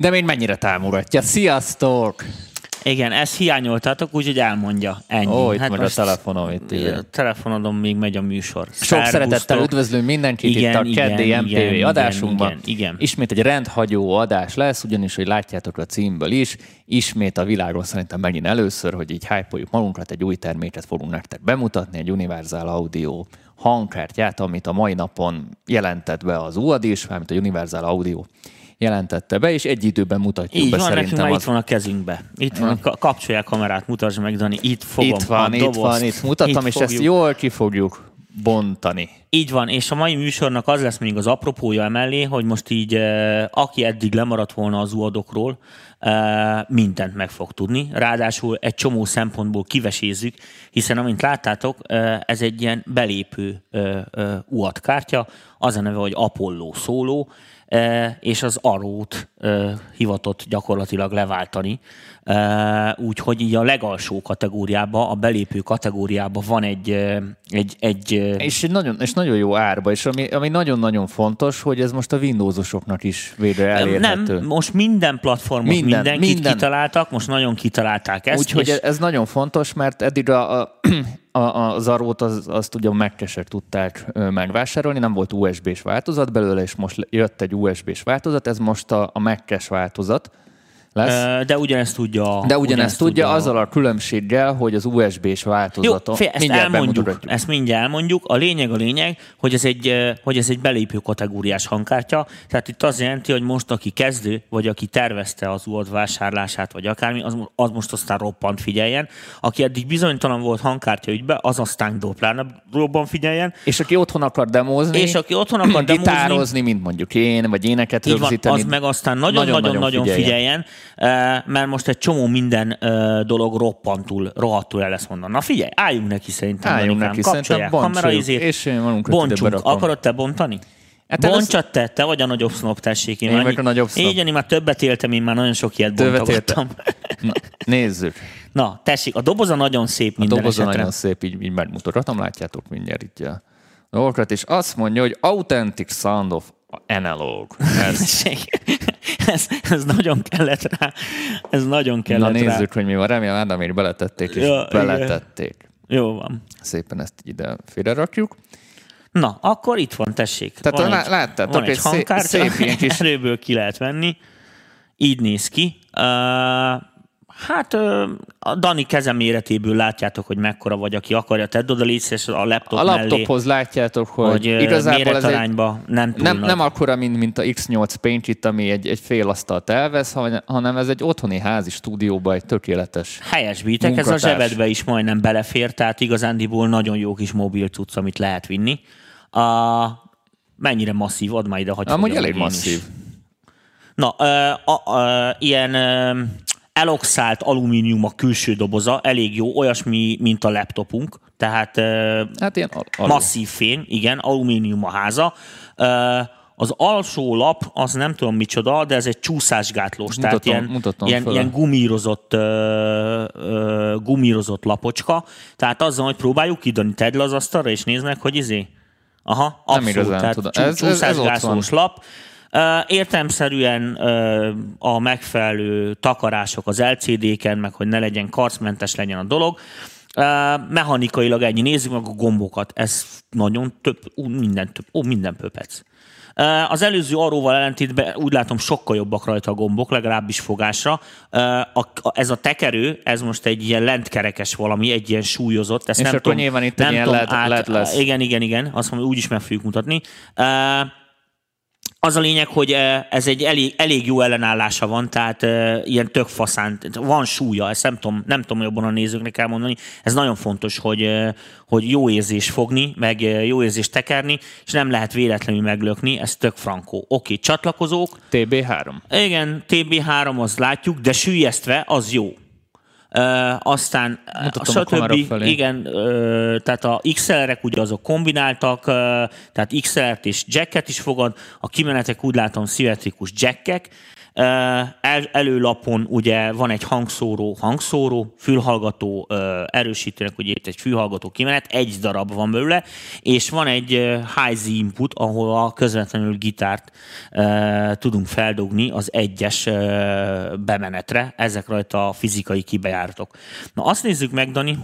De még mennyire támogatja. Sziasztok! Igen, ezt hiányoltátok, úgyhogy elmondja. Ennyi. Ó, itt a telefonom. A telefonodon még megy a műsor. Sok szeretettel üdvözlünk mindenkit itt a keddi MTV adásunkban. Igen. Ismét egy rendhagyó adás lesz, ugyanis, hogy látjátok a címből is, ismét a világon szerintem megint először, hogy így hype-oljuk magunkat, egy új terméket fogunk nektek bemutatni, egy Universal Audio hangkártyát, amit a mai napon jelentett be az UAD is, mármint a Universal Audio jelentette be, és egy időben mutatjuk így be van, szerintem. Nekünk már itt van a kezünkbe. Itt van, kapcsolja a kamerát, mutasd meg, Dani, itt fogom itt mutatom, és ezt jól ki fogjuk bontani. Így van, és a mai műsornak az lesz még az apropója emellé, hogy most így, aki eddig lemaradt volna az UAD-okról, mindent meg fog tudni. Ráadásul egy csomó szempontból kivesézzük, hiszen amint láttátok, ez egy ilyen belépő UAD kártya, az a neve, hogy Apollo Solo, és az Arót hivatott gyakorlatilag leváltani. Úgyhogy így a legalsó kategóriában, a belépő kategóriában van és nagyon jó árba, és ami nagyon-nagyon fontos, hogy ez most a Windowsosoknak is végre elérhető. Nem, most minden platformon mindenkit kitaláltak, most nagyon kitalálták ezt. Úgyhogy ez nagyon fontos, mert eddig az Arót azt ugye a Mac-esek tudták megvásárolni, nem volt USB-s változat belőle, és most jött egy USB-s változat, ez most a Mac-es változat lesz. De ugyanezt tudja. Azzal a különbséggel, hogy az USB-s változaton. Jó, ezt mindjárt elmondjuk. A lényeg, hogy ez egy belépő kategóriás hangkártya. Tehát itt az jelenti, hogy most aki kezdő, vagy aki tervezte az UAD vásárlását, vagy akármi, az most aztán roppant figyeljen. Aki eddig bizonytalan volt hangkártya ügybe, az aztán pláne robban figyeljen. És aki otthon akar demózni, gitározni, mint mondjuk én, vagy éneket rögzíteni. Az meg aztán nagyon-nagyon figyeljen. Mert most egy csomó minden dolog rohadtul el lesz mondani. Na figyelj, álljunk neki szerintem. Kapcsolják kameraizét, bontsunk. Akarod te bontani? Bontsad te vagy a nagyobb sznop, tessék. Én vagyok a nagyobb sznop. Én már többet éltem, én már nagyon sok ilyet bontogattam. Na, nézzük. Na, tessék, a doboza nagyon szép minden esetre. Nagyon szép, így megmutathatom, látjátok mindjárt itt a dolgokat, és azt mondja, hogy Authentic Sound of Analog. Ez nagyon kellett rá. Na nézzük, hogy mi van. Remélem, Ádámért beletették, és beletették. Jó van. Szépen ezt ide félrerakjuk. Na, akkor itt van, tessék. Tehát láttátok, egy hangkártya, szép ilyen kis... erőből ki lehet venni. Így néz ki. A Dani keze méretéből látjátok, hogy mekkora vagy, aki akarja. Tedd oda légy a laptop mellé. A laptophoz látjátok, hogy igazából ez nem akkora, mint a X8 Paint itt, ami egy fél asztalt elvesz, hanem ez egy otthoni házi stúdióban egy tökéletes helyesbítek, ez a zsebedbe is majdnem belefér, tehát igazándiból nagyon jó kis mobil cucc, amit lehet vinni. Mennyire masszív? Add már ide, hogy amúgy elég masszív. Na, ilyen... eloxált alumínium a külső doboza, elég jó, olyasmi, mint a laptopunk, tehát ilyen masszív fém, igen, alumínium a háza. Az alsó lap, az nem tudom micsoda, de ez egy csúszásgátlós, tehát ilyen gumírozott lapocska. Tehát azzal, hogy próbáljuk kidani, tedd le az asztalra, és nézd meg, hogy Aha, abszolút, tehát csúszásgátlós lap. Értelemszerűen a megfelelő takarások az LCD-ken, meg hogy ne legyen karcmentes legyen a dolog. Mechanikailag ennyi, nézzük meg a gombokat. Ez nagyon minden pöpec. Az előző Aróval ellentétben úgy látom sokkal jobbak rajta a gombok, legalábbis fogásra. Ez a tekerő, ez most egy ilyen lentkerekes valami, egy ilyen súlyozott. Ezt és nem akkor tudom, nyilván itt ilyen LED lesz. Igen, azt mondom, úgy is meg fogjuk mutatni. Az a lényeg, hogy ez egy elég jó ellenállása van, tehát ilyen tök faszán, van súlya, ezt nem tudom jobban a nézőknek elmondani. Ez nagyon fontos, hogy jó érzés fogni, meg jó érzés tekerni, és nem lehet véletlenül meglökni, ez tök frankó. Oké, csatlakozók. TB3. Igen, TB3 azt látjuk, de süllyesztve az jó. Aztán stb. Igen, tehát a XLR-ek ugye azok kombináltak, tehát XLR-t és jacket is fogad, a kimenetek úgy látom szimmetrikus jackek, Előlapon ugye van egy hangszóró, fülhallgató erősítőnek, ugye itt egy fülhallgató kimenet, egy darab van belőle, és van egy high-Z input, ahol közvetlenül gitárt tudunk feldugni az egyes bemenetre, ezek rajta a fizikai kibejáratok. Na azt nézzük meg, Dani,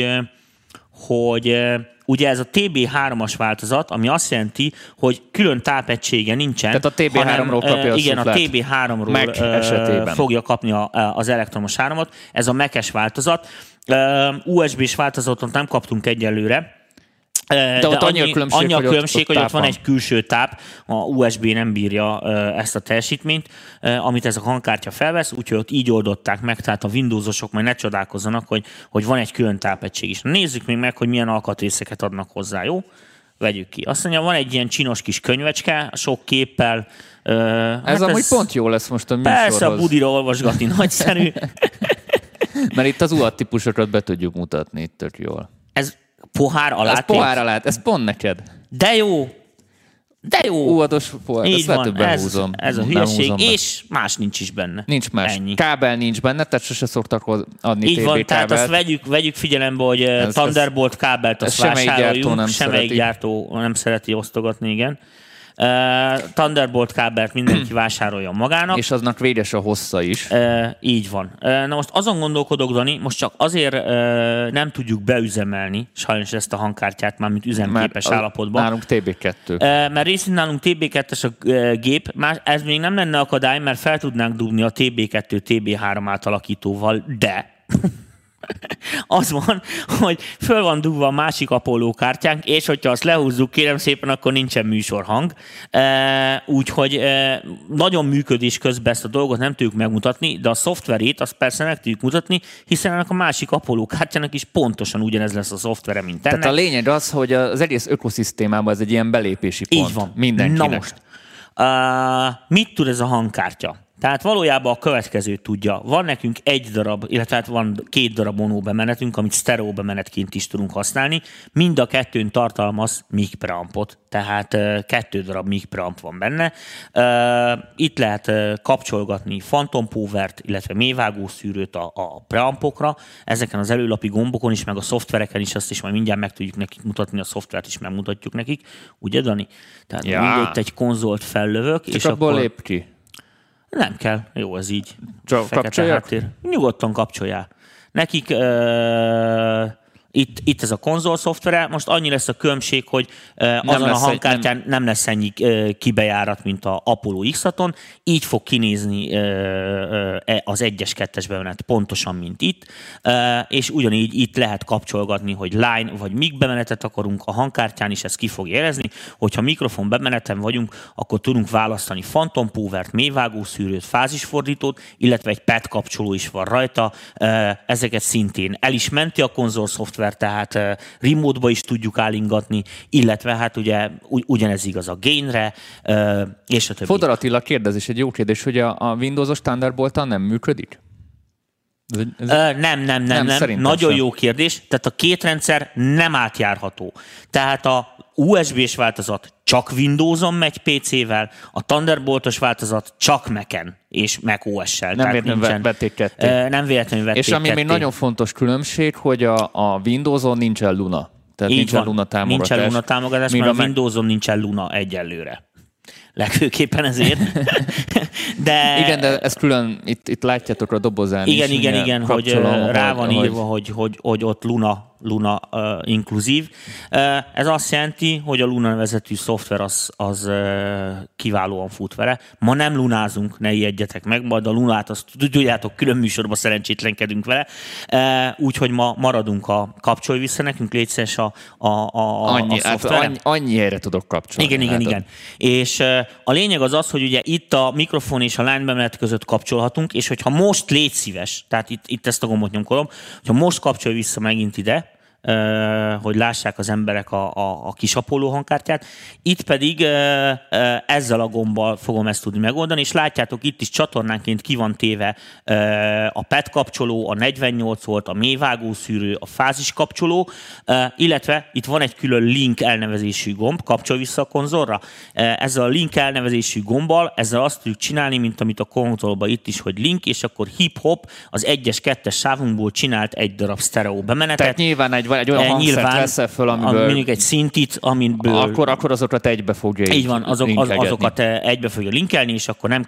hogy ugye ez a TB3-as változat, ami azt jelenti, hogy külön tápegysége nincsen. Tehát a TB3-ról kapja igen, a TB3-ról fogja kapni az elektromos áramot. Ez a Mac-es változat. USB-s változatot nem kaptunk egyelőre. De ott annyi a különbség, hogy ott van egy külső táp, a USB nem bírja ezt a teljesítményt, amit ez a hangkártya felvesz, úgyhogy ott így oldották meg, tehát a Windowsosok majd ne csodálkozzanak, hogy van egy külön tápegység is. Nézzük még meg, hogy milyen alkatrészeket adnak hozzá, jó? Vegyük ki. Azt mondja, van egy ilyen csinos kis könyvecske, sok képpel. Ez amúgy pont jó lesz most a műsorhoz. Persze, a budira olvasgatni nagyszerű. Mert itt az UAT típusokat be tudjuk mutatni, itt tök jól. Ez pohár alá. Ez pohár alá, ez pont neked. De jó! UAT-os pohár, így ezt van, behúzom. Ez a hülyeség, és más nincs is benne. Nincs más. Ennyi. Kábel nincs benne, tehát sose szoktak adni így TB van, kábelt. tehát azt vegyük figyelembe, hogy Thunderbolt kábelt azt vásároljuk, semmelyik gyártó nem szereti osztogatni, igen. Thunderbolt kábelt mindenki vásárolja magának. És aznak véges a hossza is. Így van. Na most azon gondolkodok, Dani, most csak azért nem tudjuk beüzemelni sajnos ezt a hangkártyát, mármint üzemképes állapotban. Nálunk TB2. Mert részint nálunk TB2-es a gép, ez még nem lenne akadály, mert fel tudnánk dugni a TB2, TB3 átalakítóval, de... az van, hogy föl van dugva a másik Apollo kártyánk, és hogyha azt lehúzzuk, kérem szépen, akkor nincsen műsorhang. Úgyhogy nagyon működés közben ezt a dolgot nem tudjuk megmutatni, de a szoftverét azt persze meg tudjuk mutatni, hiszen ennek a másik Apollo kártyának is pontosan ugyanez lesz a szoftvere, mint ennek. Tehát a lényeg az, hogy az egész ökoszisztémában ez egy ilyen belépési pont. Így van. Mindenkinek. Na most, mit tud ez a hangkártya? Tehát valójában a következőt tudja. Van nekünk egy darab, illetve hát van 2 darab mono bemenetünk, amit sztereó bemenetként is tudunk használni. Mind a kettőn tartalmaz mic preampot, tehát 2 darab mic preamp van benne. Itt lehet kapcsolgatni Phantom Power-t, illetve mélyvágó szűrőt a preampokra. Ezeken az előlapi gombokon is, meg a szoftvereken is, azt is majd mindjárt meg tudjuk nekik mutatni, a szoftvert is megmutatjuk nekik. Ugye, Dani? Tehát mindegy, egy konzolt fellövök, csak és abból akkor... lép ki. Nem kell. Jó, ez így. Csak kapcsoljak? Nyugodtan kapcsoljál. Nekik itt ez a konzol szoftvere. Most annyi lesz a különbség, hogy azon a hangkártyán nem lesz ennyi kibejárat, mint a Apollo X6-on. Így fog kinézni az 1-es, 2-es bemenet pontosan, mint itt. És ugyanígy itt lehet kapcsolgatni, hogy line vagy mic bemenetet akarunk a hangkártyán is, ezt ki fog érezni. Hogyha mikrofon bemeneten vagyunk, akkor tudunk választani Phantom Power-t, mélyvágó szűrőt, fázisfordítót, illetve egy pad kapcsoló is van rajta. Ezeket szintén el is menti a konzol szoftver, tehát remote-ba is tudjuk állingatni, illetve hát ugye ugyanez igaz a gainre, és a többi. Fodor Attila kérdezés, egy jó kérdés, hogy a Windows-os Thunderbolt-tal nem működik? Nem. Nagyon sem. Jó kérdés. Tehát a 2 rendszer nem átjárható. Tehát a USB-s változat csak Windows-on megy PC-vel, a Thunderbolt-os változat csak Mac-en és Mac OS-sel. Nem véletlenül vették ketté. Nem véletlenül vették és ami ketté. még nagyon fontos különbség, hogy a Windows-on nincsen Luna. Tehát nincsen Luna támogatás. Nincsen Luna támogatás, mert a Windows-on nincsen Luna egyelőre. Legfőképpen ezért. Igen, de ez külön, itt látjátok a dobozán is. Igen, hogy rá van írva, hogy ott Luna inkluzív. Ez azt jelenti, hogy a Luna vezető szoftver az kiválóan fut vele. Ma nem lunázunk, ne ijedjetek meg, majd a Lunát azt tudjátok, külön műsorban szerencsétlenkedünk vele. Úgyhogy ma maradunk a kapcsolj vissza nekünk, létszeres a szoftver. Annyi helyre tudok kapcsolni. Igen. És a lényeg az, hogy ugye itt a mikrofon és a line bemenet között kapcsolhatunk, és hogyha most légy szíves, tehát itt ezt a gombot nyomkodom, hogyha most kapcsolj vissza megint ide, hogy lássák az emberek a kis Apollo hangkártyát. Itt pedig ezzel a gombbal fogom ezt tudni megoldani, és látjátok, itt is csatornánként ki van téve a PET kapcsoló, a 48 volt, a mélyvágószűrő, a fázis kapcsoló, illetve itt van egy külön link elnevezésű gomb, kapcsol vissza a konzolra. Ezzel a link elnevezésű gombbal, ezzel azt tudjuk csinálni, mint amit a konzolban itt is, hogy link, és akkor hip-hop az 1-es, 2-es sávunkból csinált egy darab sztereó bemenetet. Tehát nyilván egy olyan hangszert veszel föl, amiből... Mondjuk egy szintit, amiből... Akkor azokat egybe fogja így van, azokat egybe fogja linkelni, és akkor nem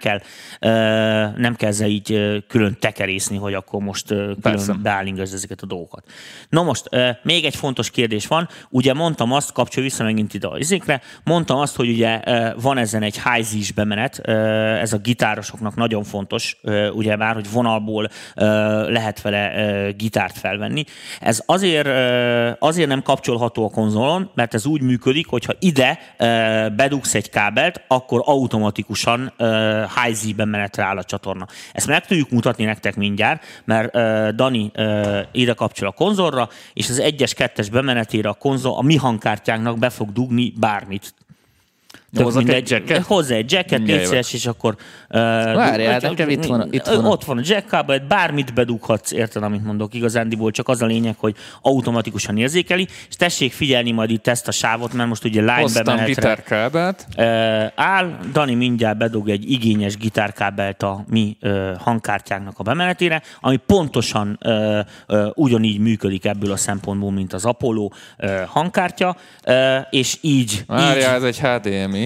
kell ezzel így külön tekerészni, hogy akkor most külön beállingazd ezeket a dolgokat. Na most, még egy fontos kérdés van. Ugye mondtam azt, kapcsolj vissza megint ide a izékre, mondtam azt, hogy ugye van ezen egy high-zis bemenet, ez a gitárosoknak nagyon fontos, ugye már, hogy vonalból lehet vele gitárt felvenni. Ez azért nem kapcsolható a konzolon, mert ez úgy működik, hogyha ide bedugsz egy kábelt, akkor automatikusan high-z bemenetre áll a csatorna. Ezt meg tudjuk mutatni nektek mindjárt, mert Dani ide kapcsol a konzolra, és az 1-es, 2-es bemenetére a konzol a mi hangkártyánknak be fog dugni bármit. Hozzá egy jacket, létszés, és akkor... Várjál, itt van. Ott van a jack kábel, bármit bedughatsz, érted, amit mondok, igazándiból csak az a lényeg, hogy automatikusan érzékeli, és tessék figyelni majd itt ezt a sávot, mert most ugye line bemenetre gitárkábelt áll, Dani mindjárt bedug egy igényes gitárkábelt a mi hangkártyánknak a bemenetére, ami pontosan ugyanígy működik ebből a szempontból, mint az Apollo hangkártya, és így... Várjál, ez egy HDMI.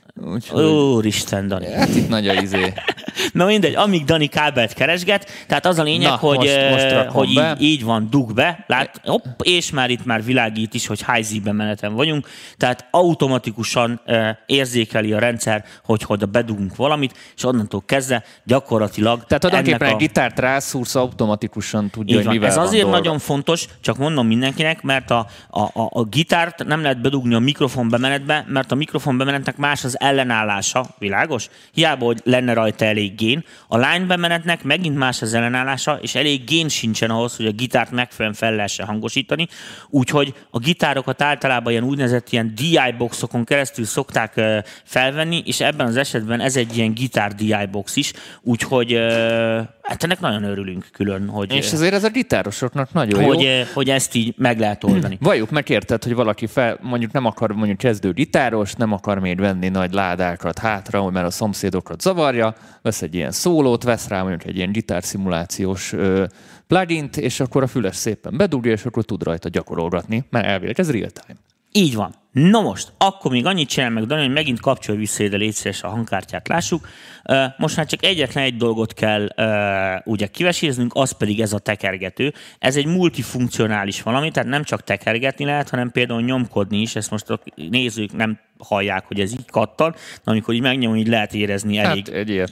Úristen, Dani. Hát itt nagy a izé. Na mindegy, amíg Dani kábelt keresget, tehát az a lényeg, hogy így van, dug be, és már itt világít is, hogy high-z bemeneten vagyunk, tehát automatikusan érzékeli a rendszer, hogy oda bedugunk valamit, és onnantól kezdve gyakorlatilag... Tehát tulajdonképpen egy gitárt rászúrsz, automatikusan tudja, hogy mivel ez van azért dolga. nagyon fontos, csak mondom mindenkinek, mert a gitárt nem lehet bedugni a mikrofon bemenetbe, mert a mikrofon bemenetnek más az ellenállása, világos? Hiába, hogy lenne rajta elég gén. A line bemenetnek megint más az ellenállása, és elég gén sincsen ahhoz, hogy a gitárt megfelelően fel lehessen hangosítani. Úgyhogy a gitárokat általában ilyen úgynevezett ilyen DI boxokon keresztül szokták felvenni, és ebben az esetben ez egy ilyen gitár DI box is. Úgyhogy hát ennek nagyon örülünk külön, hogy... És azért ez a gitárosoknak nagyon jó. Hogy ezt így meg lehet oldani. Valljuk meg, érted, hogy valaki mondjuk nem akar kezdő gitáros, nem akar még venni nagy ládákat hátra, mert a szomszédokat zavarja, vesz egy ilyen szólót, vesz rá mondjuk egy ilyen gitárszimulációs plugint, és akkor a füles szépen bedugja, és akkor tud rajta gyakorolgatni, mert elvileg ez real time. Így van. Na most, akkor még annyit csinál meg, Dani, hogy megint kapcsolj vissza ide, légy szíves, a hangkártyát lássuk. Most már csak egyetlen egy dolgot kell ugye kiveséznünk, az pedig ez a tekergető. Ez egy multifunkcionális valami, tehát nem csak tekergetni lehet, hanem például nyomkodni is. Ezt most a nézők nem hallják, hogy ez így kattan, de amikor így megnyomom, így lehet érezni elég. Hát egy ilyen.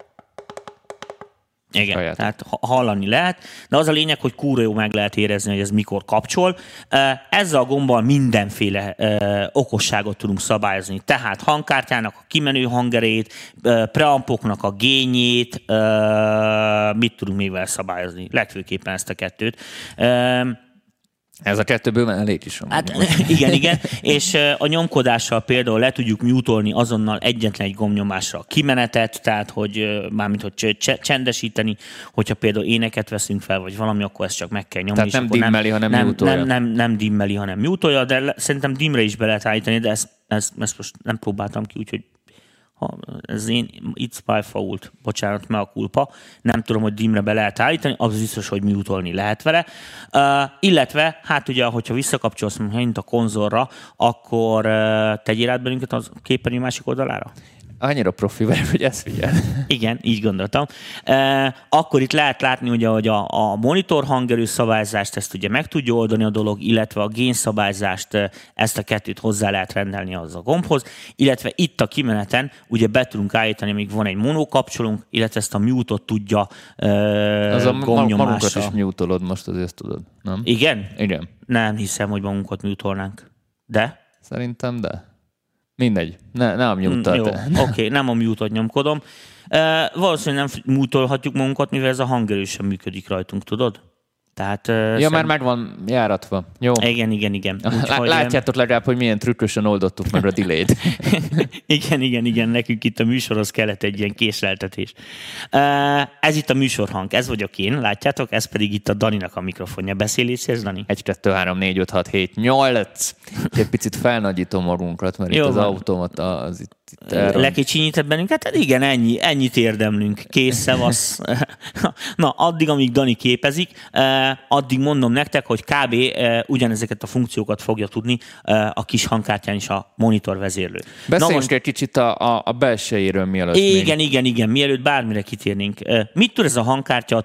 Igen, Saját. Tehát hallani lehet, de az a lényeg, hogy kurva jó meg lehet érezni, hogy ez mikor kapcsol. Ezzel a gombbal mindenféle okosságot tudunk szabályozni. Tehát hangkártyának a kimenő hangerét, preampoknak a gényét, mit tudunk még vele szabályozni? Legfőképpen ezt a kettőt. Ez a kettőből már elég is van. Hát, igen, és a nyomkodással például le tudjuk mute-olni azonnal egyetlen egy gombnyomásra a kimenetet, tehát hogy mármint hogy csendesíteni, hogyha például éneket veszünk fel, vagy valami, akkor ezt csak meg kell nyomni. Tehát nem dimmeli, hanem mute-olja. Nem dimmeli, hanem mute-olja, de szerintem dimre is be lehet állítani, de ezt most nem próbáltam ki, úgyhogy ez it's my fault, bocsánat, mea culpa. Nem tudom, hogy dimre be lehet állítani, az biztos, hogy mute-olni lehet vele. Illetve, hát ugye, hogyha visszakapcsolsz a konzolra, akkor tegyél át bennünket a képernyő másik oldalára? Annyira profi vagyok, hogy ezt figyel. Igen, így gondoltam. Akkor itt lehet látni, ugye, hogy a monitor hangerő szabályzást ezt ugye meg tudja oldani a dolog, illetve a gain szabályzást, ezt a kettőt hozzá lehet rendelni az a gombhoz, illetve itt a kimeneten ugye be tudunk állítani, még van egy mono kapcsolunk, illetve ezt a mute-ot tudja gombnyomásra. Magunkat is mute-olod most, azért tudod, nem? Igen? Igen. Nem hiszem, hogy magunkat mute-olnánk. De? Szerintem de. Mindegy, nem a mute-t. Oké, nem a mute-ot nyomkodom. Valószínűleg nem mute-olhatjuk magunkat, mivel ez a hangerő sem működik rajtunk, tudod? Tehát, már megvan járatva. Jó. Igen. Úgyhogy, látjátok legalább, hogy milyen trükkösen oldottuk meg a delay-t. igen. Nekünk itt a műsorhoz kellett egy ilyen késleltetés. Ez itt a műsorhang, ez vagyok én, látjátok? Ez pedig itt a Daninak a mikrofonja. Beszélés, Dani? 1, 2, 3, 4, 5, 6, 7, 8. Egy picit felnagyítom magunkat, mert jó, itt az automata az itt lekicsinyített bennünket? Hát igen, ennyit érdemlünk. Kész, szevasz. Na, addig, amíg Dani képezik, addig mondom nektek, hogy kb. Ugyanezeket a funkciókat fogja tudni a kis hangkártyán is a monitorvezérlő. Beszéljünk egy kicsit a belsejéről mielőtt. Igen, mielőtt bármire kitérnénk. Mit tud ez a hangkártya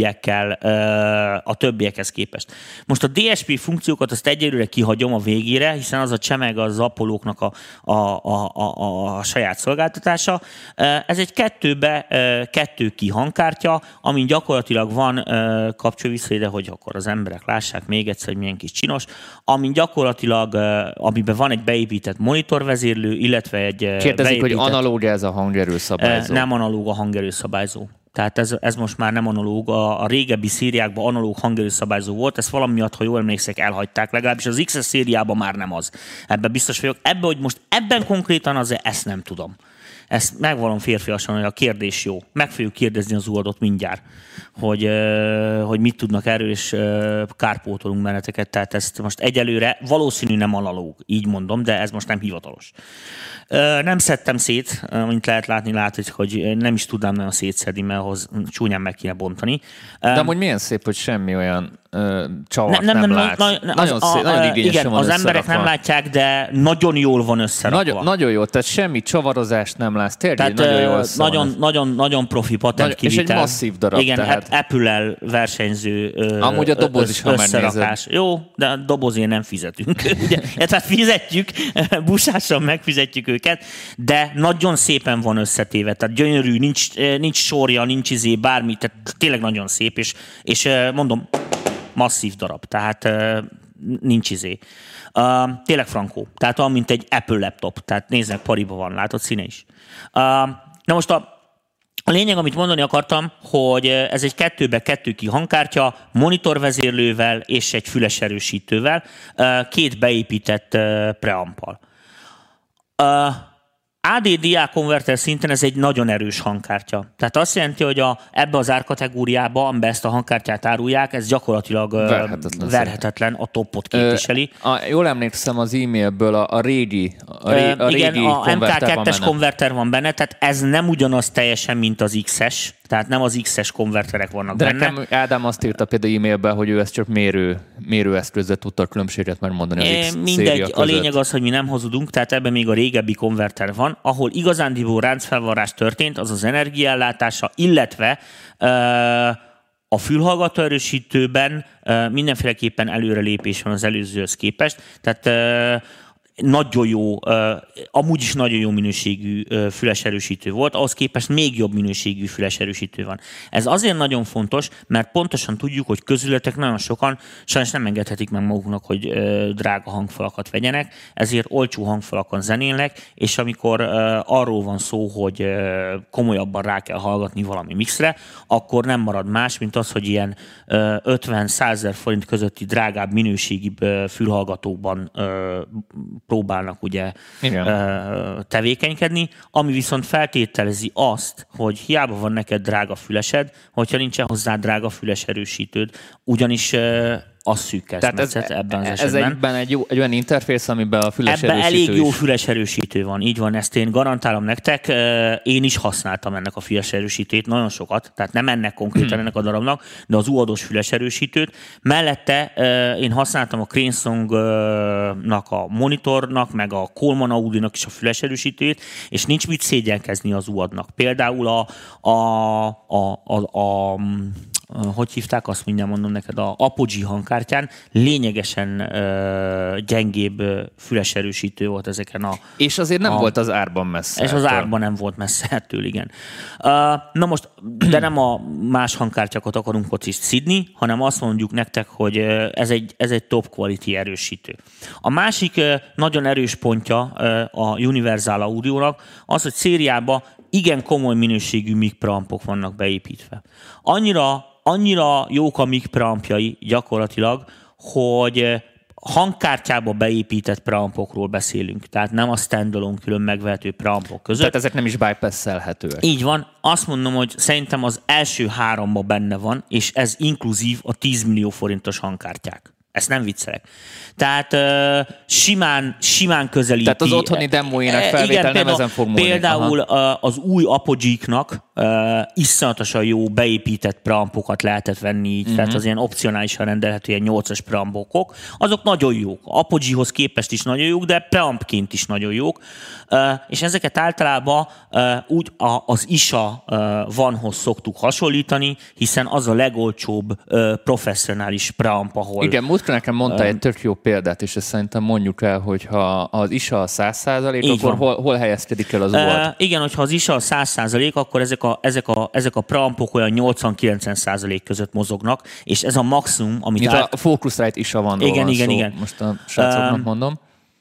a többiekhez képest? Most a DSP funkciókat azt egyelőre kihagyom a végére, hiszen az a csemeg az Apollo-knak a saját szolgáltatása. Ez egy 2x2 hangkártya, amin gyakorlatilag van, kapcsol vissza ide, hogy akkor az emberek lássák még egyszer, hogy milyen kis csinos, amin gyakorlatilag, amiben van egy beépített monitorvezérlő, illetve egy Kérdezik, hogy analóg ez a hangerőszabályzó? Nem analóg a hangerőszabályzó. Tehát ez most már nem analóg. A régebbi szériákban analóg hangerőszabályzó volt, ezt valami miatt, ha jól emlékszek, elhagyták, legalábbis az XS szériában már nem az. Ebben biztos vagyok. Hogy most ebben konkrétan ezt nem tudom. Ezt megvalom férfiasan, hogy a kérdés jó. Meg fogjuk kérdezni az UAD-ot mindjárt, hogy mit tudnak erről, és kárpótolunk benneteket. Tehát ezt most egyelőre valószínű nem analóg, így mondom, de ez most nem hivatalos. Nem szedtem szét, mint lehet látni, hogy nem is tudnám nagyon szétszedni, mert ahhoz csúnyán meg kéne bontani. De amúgy milyen szép, hogy semmi olyan csavart nem látsz. Nagyon igényesen van az emberek nem látják, de nagyon jól van összerakva. Nagyon jó, tehát semmi csavarozást nem látsz. Tényleg nagyon jól nagyon profi patent kivitel. És egy masszív darab. Igen, tehát. Apple-el versenyző amúgy a doboz is, ha összerakás. Jó, de a dobozért nem fizetünk. Tehát fizetjük, busással megfizetjük őket, de nagyon szépen van összetéve. Tehát gyönyörű, nincs sorja, nincs bármi, tehát tényleg nagyon szép, és mondom, masszív darab, tehát nincs tényleg frankó, tehát olyan, mint egy Apple laptop, tehát néznek, pariba van, látod, színe is. Na most a lényeg, amit mondani akartam, hogy ez egy 2x2 hangkártya, monitorvezérlővel és egy füles erősítővel, 2 beépített preampal. AD-DA konverter szinten ez egy nagyon erős hangkártya. Tehát azt jelenti, hogy ebbe az árkategóriában, amiben ezt a hangkártyát árulják, ez gyakorlatilag verhetetlen, a topot képviseli. Jól emlékszem az e-mailből a régi igen, a MK2-es konverter van benne, tehát ez nem ugyanaz teljesen, mint az X-es, tehát nem az X-es konverterek vannak benne. De nekem Ádám azt írta például e-mailben, hogy ő ezt csak mérőeszközzel tudta a különbséget megmondani az X mindegy, a lényeg az, hogy mi nem hazudunk, tehát ebben még a régebbi konverter van, ahol igazándiból ráncfelvarrás történt, az az energiaellátása, illetve a fülhallgató erősítőben mindenféleképpen előrelépés van az előzőhöz képest, tehát nagyon jó, amúgy is nagyon jó minőségű füles erősítő volt, ahhoz képest még jobb minőségű füles erősítő van. Ez azért nagyon fontos, mert pontosan tudjuk, hogy közületek nagyon sokan sajnos nem engedhetik meg maguknak, hogy drága hangfalakat vegyenek, ezért olcsó hangfalakon zenélnek, és amikor arról van szó, hogy komolyabban rá kell hallgatni valami mixre, akkor nem marad más, mint az, hogy ilyen 50-100 000 forint közötti drágább minőségibb fülhallgatókban próbálnak ugye tevékenykedni, ami viszont feltételezi azt, hogy hiába van neked drága fülesed, hogyha nincsen hozzá drága füles erősítőd, ugyanis az szűkkezmetszet ebben az esetben. Ez egyben egy olyan interfész, amiben a füles ebben erősítő elég jó füles erősítő van, így van, ezt én garantálom nektek. Én is használtam ennek a füles erősítőt, nagyon sokat, tehát nem ennek konkrétan ennek a darabnak, de az UAD-os füles erősítőt. Mellette én használtam a Cranesong-nak a monitornak, meg a Coleman Audio-nak is a füles erősítőt, és nincs mit szégyenkezni az UAD-nak. Például hogy hívták, azt mindjárt mondom neked, a Apogee hangkártyán lényegesen gyengébb füles erősítő volt ezeken a... És azért nem volt az árban messze. És az árban nem volt messze ettől, igen. Na most, de nem a más hangkártyákat akarunk ott is szidni, hanem azt mondjuk nektek, hogy ez egy top quality erősítő. A másik nagyon erős pontja a Universal Audio-nak az, hogy szériában igen komoly minőségű mic preampok vannak beépítve. Annyira annyira jók a MIG preampjai gyakorlatilag, hogy hangkártyába beépített preampokról beszélünk, tehát nem a standalone külön megvehető preampok között. Tehát ezek nem is bypass-szelhetőek. Így van. Azt mondom, hogy szerintem az első 3-ba benne van, és ez inkluzív a 10 millió forintos hangkártyák. Ezt nem viccelek. Tehát simán közelíti. Tehát az otthoni demóinak felvétel nem ezen fog múlni. Például az új Apogee-knak iszonyatosan jó beépített preampokat lehetett venni így, tehát az ilyen opcionálisan rendelhető ilyen 8-as preampokok, azok nagyon jók. Apogee-hoz képest is nagyon jók, de preampként is nagyon jók. És ezeket általában úgy az ISA vanhoz szoktuk hasonlítani, hiszen az a legolcsóbb professzionális preamp, ahol... Igen, múltkor nekem mondta egy tök jó példát, és ezt szerintem mondjuk el, hogyha az ISA a 100%, akkor hol helyezkedik el az UAD? Igen, hogyha az ISA a 100%, akkor ezek a preampok olyan 80-90% között mozognak, és ez a maximum, amit... A Focusrite ISA van róla, igen. Most a srácoknak mondom.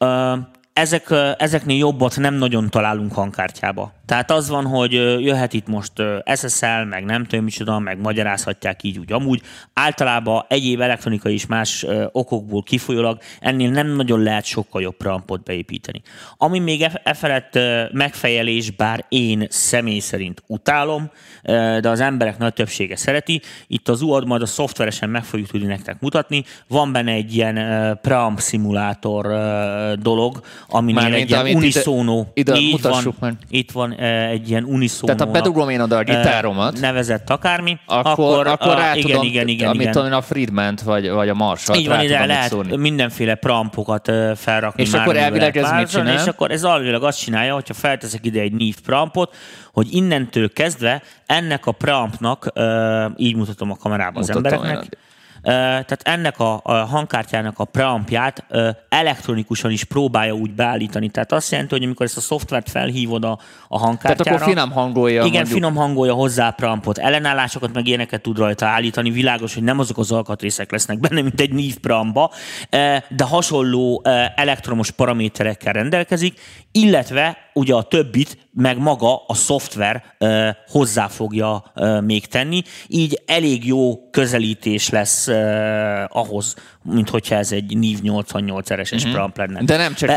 Ezeknél jobbat nem nagyon találunk hangkártyába. Tehát az van, hogy jöhet itt most SSL, meg nem tudom micsoda, meg magyarázhatják így úgy amúgy. Általában egyéb elektronikai és más okokból kifolyólag ennél nem nagyon lehet sokkal jobb preampot beépíteni. Ami még felett megfejelés, bár én személy szerint utálom, de az emberek nagy többsége szereti. Itt az UAD majd a szoftveresen meg fogjuk tudni nektek mutatni. Van benne egy ilyen preamp szimulátor dolog, aminél egy ilyen unisono. Itt van egy ilyen unisono. Tehát ha bedugom én oda a gitáromat, nevezett akármi, akkor rá tudom, igen. amit a Friedman-t vagy a Marshall-t így van, ide lehet mindenféle preampokat felrakni. És akkor elvileg ez mit csinál? És akkor ez alvileg azt csinálja, hogyha felteszek ide egy Neve preampot, hogy innentől kezdve ennek a preampnak, így mutatom a kamerában az embereknek, tehát ennek a hangkártyának a preampját elektronikusan is próbálja úgy beállítani. Tehát azt jelenti, hogy amikor ezt a szoftvert felhívod a hangkártyára... Tehát akkor finom hangolja. Igen, finom hangolja hozzá a preampot. Ellenállásokat meg ilyeneket tud rajta állítani. Világos, hogy nem azok az alkatrészek lesznek benne, mint egy Neve preampba, de hasonló elektromos paraméterekkel rendelkezik, illetve ugye a többit meg maga a szoftver hozzá fogja még tenni, így elég jó közelítés lesz ahhoz, mint hogyha ez egy Neve 88 RS-es preamp lenne. De nem csak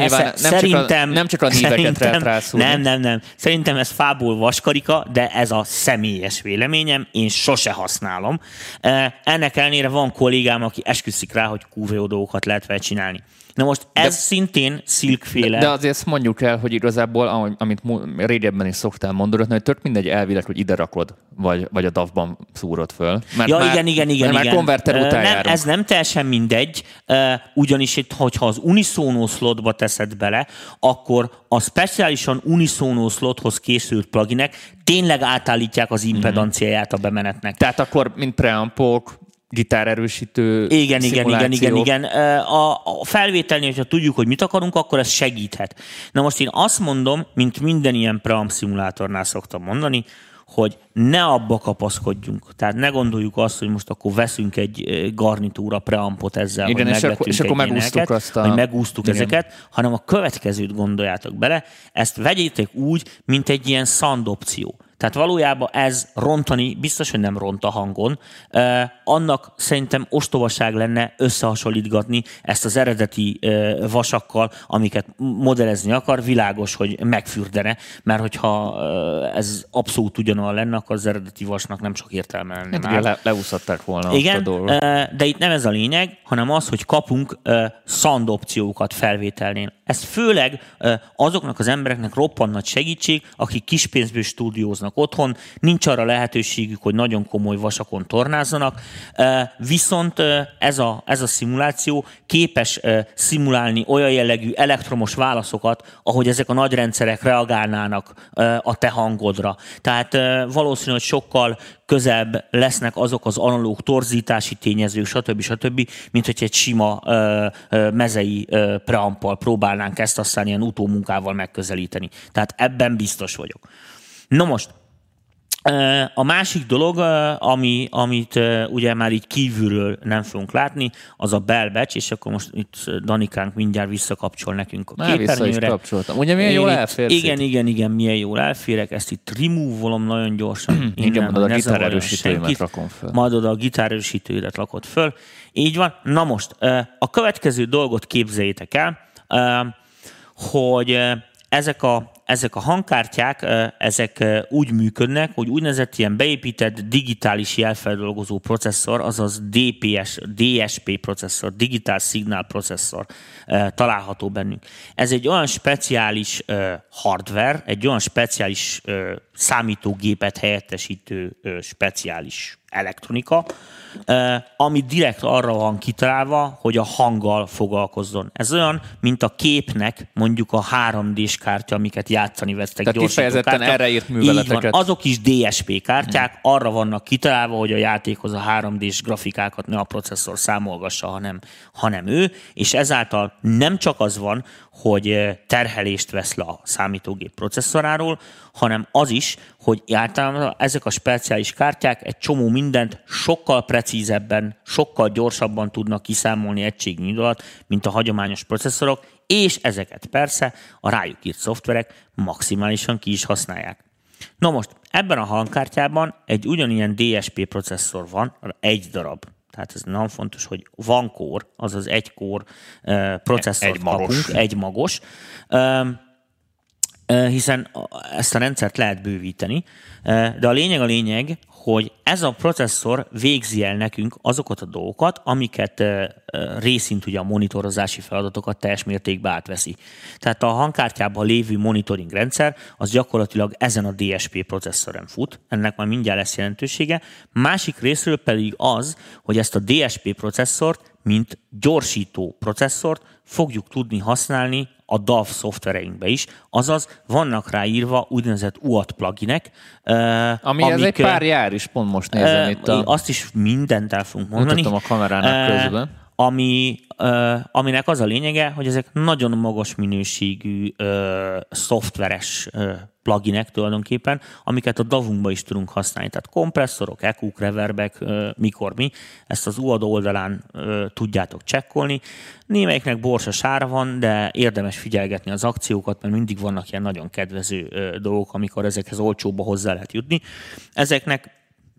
nem csak a níveket lehet rászúrni. Nem. Szerintem ez fából vaskarika, de ez a személyes véleményem, én sose használom. Ennek ellenére van kollégám, aki esküszik rá, hogy QVO dolgokat lehet vele csinálni. Na most ez szintén Silk-féle. De azért mondjuk el, hogy igazából, amit régebben is szoktál mondani, hogy tök mindegy elvileg, hogy ide rakod, vagy a DAV-ban szúrod föl. Igen. Már konverter után járunk. Ez nem teljesen mindegy, ugyanis itt, hogyha az unisono slotba teszed bele, akkor a speciálisan unisono slothoz készült pluginek tényleg átállítják az impedanciáját a bemenetnek. Tehát akkor, mint preampok, gitárerősítő Igen. A felvételnél, hogyha tudjuk, hogy mit akarunk, akkor ez segíthet. Na most én azt mondom, mint minden ilyen preamp szimulátornál szoktam mondani, hogy ne abba kapaszkodjunk. Tehát ne gondoljuk azt, hogy most akkor veszünk egy garnitúra preampot ezzel, igen, és akkor megúsztuk hogy megúsztuk ezeket, hanem a következőt gondoljátok bele, ezt vegyétek úgy, mint egy ilyen sound opció. Tehát valójában ez rontani, biztos, hogy nem ront a hangon. Annak szerintem ostobaság lenne összehasonlítgatni ezt az eredeti vasakkal, amiket modellezni akar, világos, hogy megfürdene, mert hogyha ez abszolút ugyanolyan lenne, akkor az eredeti vasnak nem sok értelme lenne. Hát, leúszhatták volna igen, azt a dolgot. De itt nem ez a lényeg, hanem az, hogy kapunk sound opciókat felvételnél. Ez főleg azoknak az embereknek roppant nagy segítség, akik kispénzből stúdióznak otthon, nincs arra lehetőségük, hogy nagyon komoly vasakon tornázzanak, viszont ez a szimuláció képes szimulálni olyan jellegű elektromos válaszokat, ahogy ezek a nagy rendszerek reagálnának a te hangodra. Tehát valószínű, hogy sokkal közebb lesznek azok az analóg torzítási tényezők, stb., mint hogy egy sima mezei preampal próbálnánk ezt aztán ilyen utómunkával megközelíteni. Tehát ebben biztos vagyok. Na most, A másik dolog, amit ugye már így kívülről nem fogunk látni, az a belbecs, és akkor most itt Danikánk mindjárt visszakapcsol nekünk a képernyőre. Vissza is kapcsoltam. Ugye milyen jól elférsz? Igen, milyen jól elférek. Ezt itt remove-olom nagyon gyorsan. Igen, majd a gitárerősítőimet rakom föl. Majd oda a gitárerősítőidet rakod föl. Így van. Na most, a következő dolgot képzeljétek el, hogy ezek a hangkártyák, ezek úgy működnek, hogy úgynevezett ilyen beépített digitális jelfeldolgozó processzor, azaz DSP processzor, Digital Signal Processor található bennünk. Ez egy olyan speciális hardware, egy olyan speciális számítógépet helyettesítő speciális elektronika, ami direkt arra van kitalálva, hogy a hanggal foglalkozzon. Ez olyan, mint a képnek mondjuk a 3D-s kártya, amiket játszani vesztek. Tehát kifejezetten erre írt műveleteket. Van, azok is DSP kártyák, arra vannak kitalálva, hogy a játékhoz a 3D-s grafikákat ne a processzor számolgassa, hanem ő, és ezáltal nem csak az van, hogy terhelést vesz le a számítógép processzoráról, hanem az is, hogy általában ezek a speciális kártyák egy csomó mindent sokkal precízebben, sokkal gyorsabban tudnak kiszámolni egységnyi idő alatt, mint a hagyományos processzorok, és ezeket persze a rájuk írt szoftverek maximálisan ki is használják. Na most, ebben a hangkártyában egy ugyanilyen DSP processzor van, egy darab. Tehát ez nagyon fontos, hogy van core, azaz egy core processzort kapunk, egy magos, hiszen ezt a rendszert lehet bővíteni, de a lényeg, hogy ez a processzor végzi el nekünk azokat a dolgokat, amiket részint ugye a monitorozási feladatokat teljes mértékben átveszi. Tehát a hangkártyában lévő monitoring rendszer az gyakorlatilag ezen a DSP processzoron fut, ennek már mindjárt lesz jelentősége. Másik részről pedig az, hogy ezt a DSP processzort, mint gyorsító processzort fogjuk tudni használni a DAW szoftvereinkbe is, azaz vannak ráírva úgynevezett UART pluginek. Ez egy pár jár is, pont most nézem itt. Azt is mindent el fogunk mondani. Mutatom a kamerának közben. Aminek az a lényege, hogy ezek nagyon magas minőségű szoftveres pluginek tulajdonképpen, amiket a DAW-unkba is tudunk használni. Tehát kompresszorok, EQ-k, reverbek, mikor mi. Ezt az UAD oldalán tudjátok csekkolni. Némelyiknek borsos ára van, de érdemes figyelgetni az akciókat, mert mindig vannak ilyen nagyon kedvező dolgok, amikor ezekhez olcsóbba hozzá lehet jutni. Ezeknek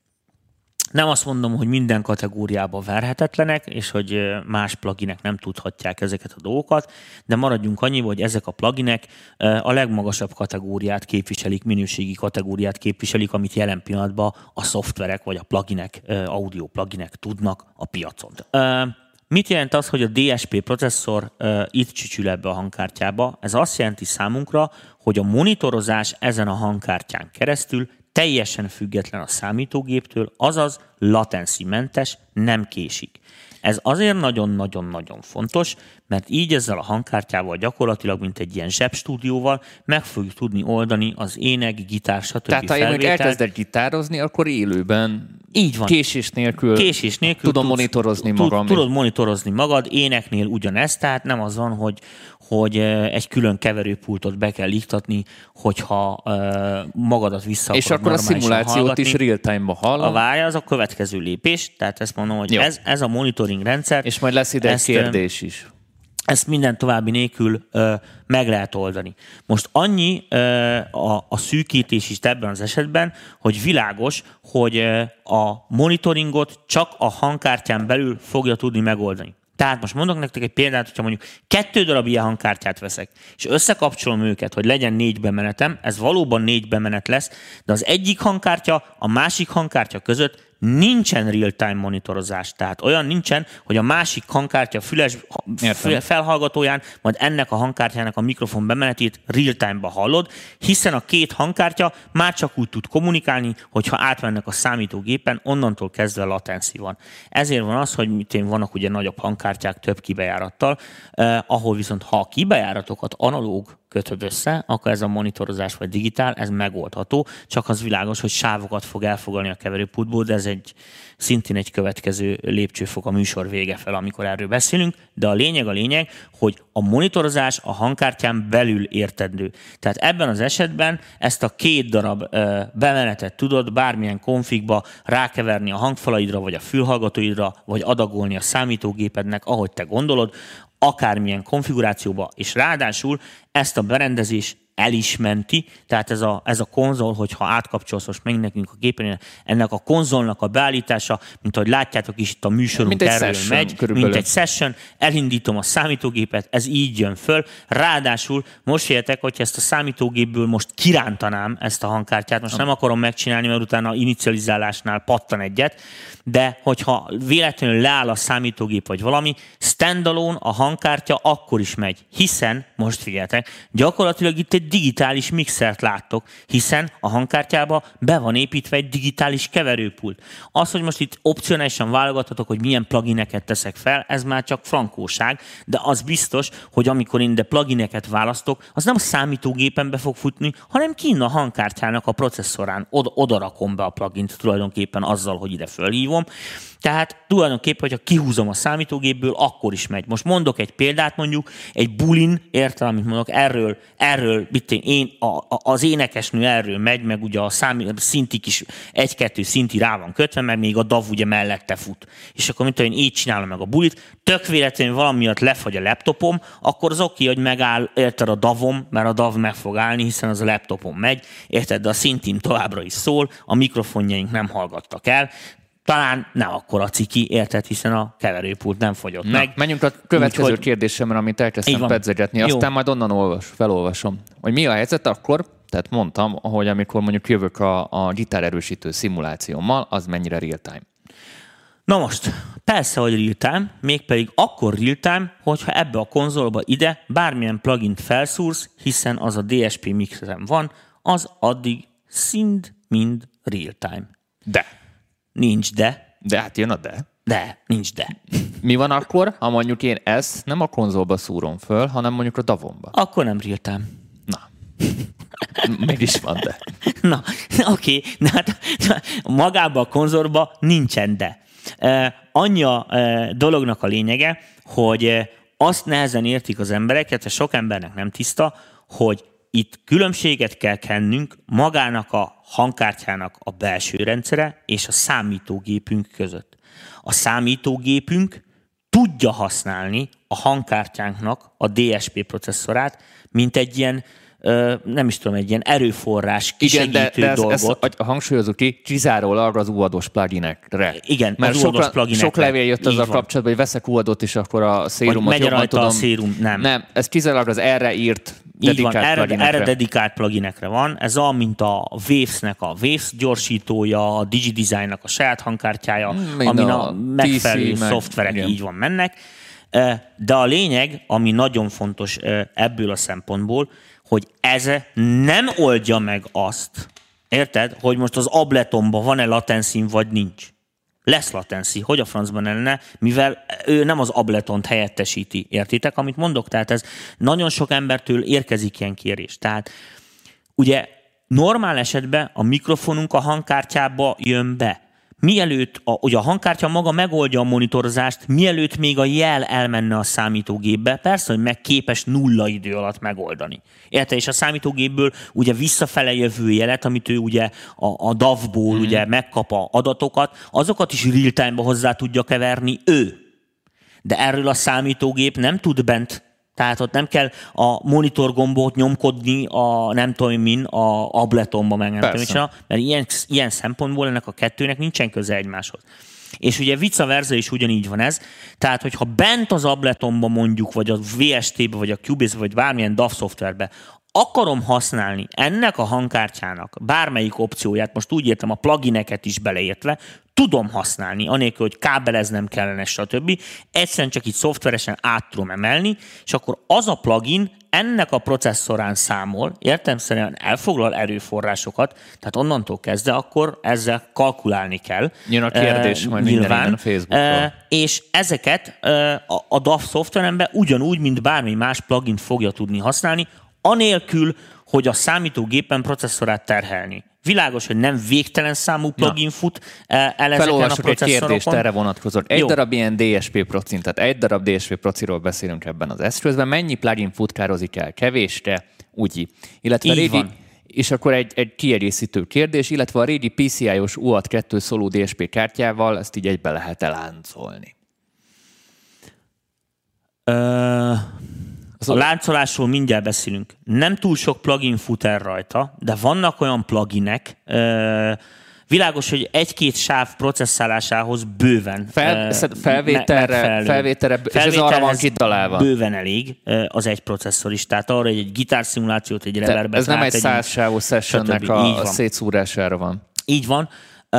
nem azt mondom, hogy minden kategóriába verhetetlenek, és hogy más pluginek nem tudhatják ezeket a dolgokat, de maradjunk annyiba, hogy ezek a pluginek a legmagasabb kategóriát képviselik, minőségi kategóriát képviselik, amit jelen pillanatban a szoftverek vagy a pluginek, audio pluginek tudnak a piacon. Mit jelent az, hogy a DSP processzor itt csücsül ebbe a hangkártyába? Ez azt jelenti számunkra, hogy a monitorozás ezen a hangkártyán keresztül teljesen független a számítógéptől, azaz latency-mentes, nem késik. Ez azért nagyon-nagyon-nagyon fontos, mert így ezzel a hangkártyával gyakorlatilag, mint egy ilyen zsebstúdióval meg fogjuk tudni oldani az ének, gitár, stb. Tehát ha én elkezdek gitározni, akkor élőben így van. Késés nélkül tudom monitorozni magam. Tudod monitorozni magad, éneknél ugyanezt, tehát nem az van, hogy egy külön keverőpultot be kell iktatni, hogyha magadat vissza és akkor a szimulációt hallgatni. Is real-time-ba hallom. A várja, az a következő lépés, tehát ezt mondom, hogy ez a monitoring rendszer. És majd lesz ide egy kérdés is. Ezt minden további nélkül meg lehet oldani. Most annyi a szűkítés is ebben az esetben, hogy világos, hogy a monitoringot csak a hangkártyán belül fogja tudni megoldani. Tehát most mondok nektek egy példát, hogyha mondjuk 2 darab ilyen hangkártyát veszek, és összekapcsolom őket, hogy legyen 4 bemenetem, ez valóban 4 bemenet lesz, de az egyik hangkártya a másik hangkártya között nincsen real-time monitorozás. Tehát olyan nincsen, hogy a másik hangkártya felhallgatóján, majd ennek a hangkártyának a mikrofon bemenetét real-time-ba hallod, hiszen a két hangkártya már csak úgy tud kommunikálni, hogyha átmennek a számítógépen, onnantól kezdve latency van. Ezért van az, hogy vannak ugye nagyobb hangkártyák több kibejárattal, ahol viszont ha a kibejáratokat analóg kötöd össze, akkor ez a monitorozás vagy digitál, ez megoldható, csak az világos, hogy sávokat fog elfogadni a keverőpultból, de ez szintén egy következő lépcsőfok a műsor vége fel, amikor erről beszélünk, de a lényeg, hogy a monitorozás a hangkártyán belül értendő. Tehát ebben az esetben ezt a 2 darab bemenetet tudod bármilyen konfigba rákeverni a hangfalaidra, vagy a fülhallgatóidra, vagy adagolni a számítógépednek, ahogy te gondolod, akármilyen konfigurációba, és ráadásul ezt a berendezés el is menti, tehát ez a konzol, hogyha átkapcsolsz most meg nekünk a képen, ennek a konzolnak a beállítása, mint ahogy látjátok is itt a műsorunk erről megy, mint egy session, elindítom a számítógépet, ez így jön föl, ráadásul most féltek, hogyha ezt a számítógépből most kirántanám ezt a hangkártyát, most nem akarom megcsinálni, mert utána inicializálásnál pattan egyet, de hogyha véletlenül leáll a számítógép vagy valami, standalone a hangkártya akkor is megy, hiszen, most figyeljetek, gyakorlatilag itt egy digitális mixert láttok, hiszen a hangkártyába be van építve egy digitális keverőpult. Az, hogy most itt opcionálisan válogathatok, hogy milyen plugineket teszek fel, ez már csak frankóság, de az biztos, hogy amikor én de plugineket választok, az nem a számítógépembe fog futni, hanem kinn a hangkártyának a processzorán. Oda rakom be a plugint tulajdonképpen azzal, hogy ide fölhívom. Tehát tulajdonképpen, hogyha kihúzom a számítógépből, akkor is megy. Most mondok egy példát, mondjuk egy bulin, értem, amit mondok, erről az énekesnő erről megy, meg ugye a szintik is 1-2 szinti rá van kötve, meg még a DAV ugye mellette fut. És akkor mint én így csinálom meg a bulit, tök véletlenül valami miatt lefagy a laptopom, akkor az oké, hogy megáll, érted, a DAV-om, mert a DAV meg fog állni, hiszen az a laptopom megy, érted, de a szintim továbbra is szól, a mikrofonjaink nem hallgattak el, talán nem akkora ciki, érted, hiszen a keverőpult nem fogyott meg. Menjünk a következő kérdésemre, amit elkezdtem pedzegetni, aztán majd onnan felolvasom. Hogy mi a helyzet akkor, tehát mondtam, hogy amikor mondjuk jövök a gitárerősítő szimulációmmal, az mennyire real-time? Na most, persze, hogy real-time, mégpedig akkor real-time, hogyha ebbe a konzolba ide bármilyen plugint felszúrsz, hiszen az a DSP mixerem van, az addig mind real-time. De. Nincs de. De hát jön a de. De, nincs de. Mi van akkor, ha mondjuk én ezt nem a konzolba szúrom föl, hanem mondjuk a DAV-omba? Akkor nem real-time. Na. Mégis van de. Na, oké. Hát magában a konzolba nincsen de. Annyi a dolognak a lényege, hogy azt nehezen értik az emberek, tehát sok embernek nem tiszta, hogy itt különbséget kell kennünk magának a hangkártyának a belső rendszere és a számítógépünk között. A számítógépünk tudja használni a hangkártyánknak a DSP processzorát, mint egy ilyen, nem is tudom, egy ilyen erőforrás kisegítő dolgot. Ezt hangsúlyozunk ki, kizárólag az UAD-os pluginekre. Igen, mert az UAD-os pluginekre. Sok levél jött azzal kapcsolatban, hogy veszek UAD-ot, és akkor a szérumot jobban tudom. A szérum, nem, ez kizárólag az erre írt dedikált pluginekre. Erre dedikált pluginekre van. Ez olyan, mint a Waves-nek a Waves gyorsítója, a DigiDesign-nak a saját hangkártyája, amin a megfelelő szoftverek így van mennek. De a lényeg, ami nagyon fontos ebből a szempontból, hogy ez nem oldja meg azt, érted, hogy most az Abletonban van-e latency vagy nincs. Lesz latency, hogy a francban lenne, mivel ő nem az Abletont helyettesíti, értitek, amit mondok? Tehát ez nagyon sok embertől érkezik ilyen kérés. Tehát ugye normál esetben a mikrofonunk a hangkártyába jön be. Mielőtt ugye a hangkártya maga megoldja a monitorozást, mielőtt még a jel elmenne a számítógépbe, persze, hogy meg képes nulla idő alatt megoldani. Érted? És a számítógépből ugye visszafele jövő jelet, amit ő ugye a DAV-ból ugye megkap a adatokat, azokat is real-time-ba hozzá tudja keverni ő. De erről a számítógép nem tud bent. Tehát ott nem kell a monitor gombot nyomkodni a nem tudom min, a Abletonba meg nem tudom, mert ilyen szempontból ennek a kettőnek nincsen köze egymáshoz. És ugye vice versa is ugyanígy van ez. Tehát, hogyha bent az Abletonba mondjuk, vagy a VST-be, vagy a Cubase, vagy bármilyen DAW szoftverbe akarom használni ennek a hangkártyának bármelyik opcióját, most úgy értem a plugineket is beleértve, tudom használni, anélkül, hogy kábeleznem kellene, stb. Egyszerűen csak így szoftveresen át tudom emelni, és akkor az a plugin ennek a processzorán számol, értelemszerűen elfoglal erőforrásokat, tehát onnantól kezdve akkor ezzel kalkulálni kell. Jön a kérdés majd minden a Facebookon. És ezeket a DAW szoftveremben ugyanúgy, mint bármi más plugin fogja tudni használni, anélkül, hogy a számítógépen processzorát terhelni. Világos, hogy nem végtelen számú plugin fut el ezeken a processzorokon. Egy kérdést erre vonatkozott. Egy darab ilyen DSP procin, tehát egy darab DSP prociról beszélünk ebben az eszközben. Mennyi plugin futkározik el kevésre? Úgy. Illetve így van. És akkor egy kiegészítő kérdés, illetve a régi PCI-os UART2 szóló DSP kártyával ezt így egybe lehet eláncolni. A láncolásról mindjárt beszélünk. Nem túl sok plugin fut el rajta, de vannak olyan pluginek, világos, hogy egy-két sáv processzálásához bőven felvételre és ez arra van kitalálva. Bőven elég az egy processzor is. Tehát arra, hogy egy gitárszimulációt, egy reverbet. Ez nem egy 100 sávos sessionnek a szétszúrására van. Így van.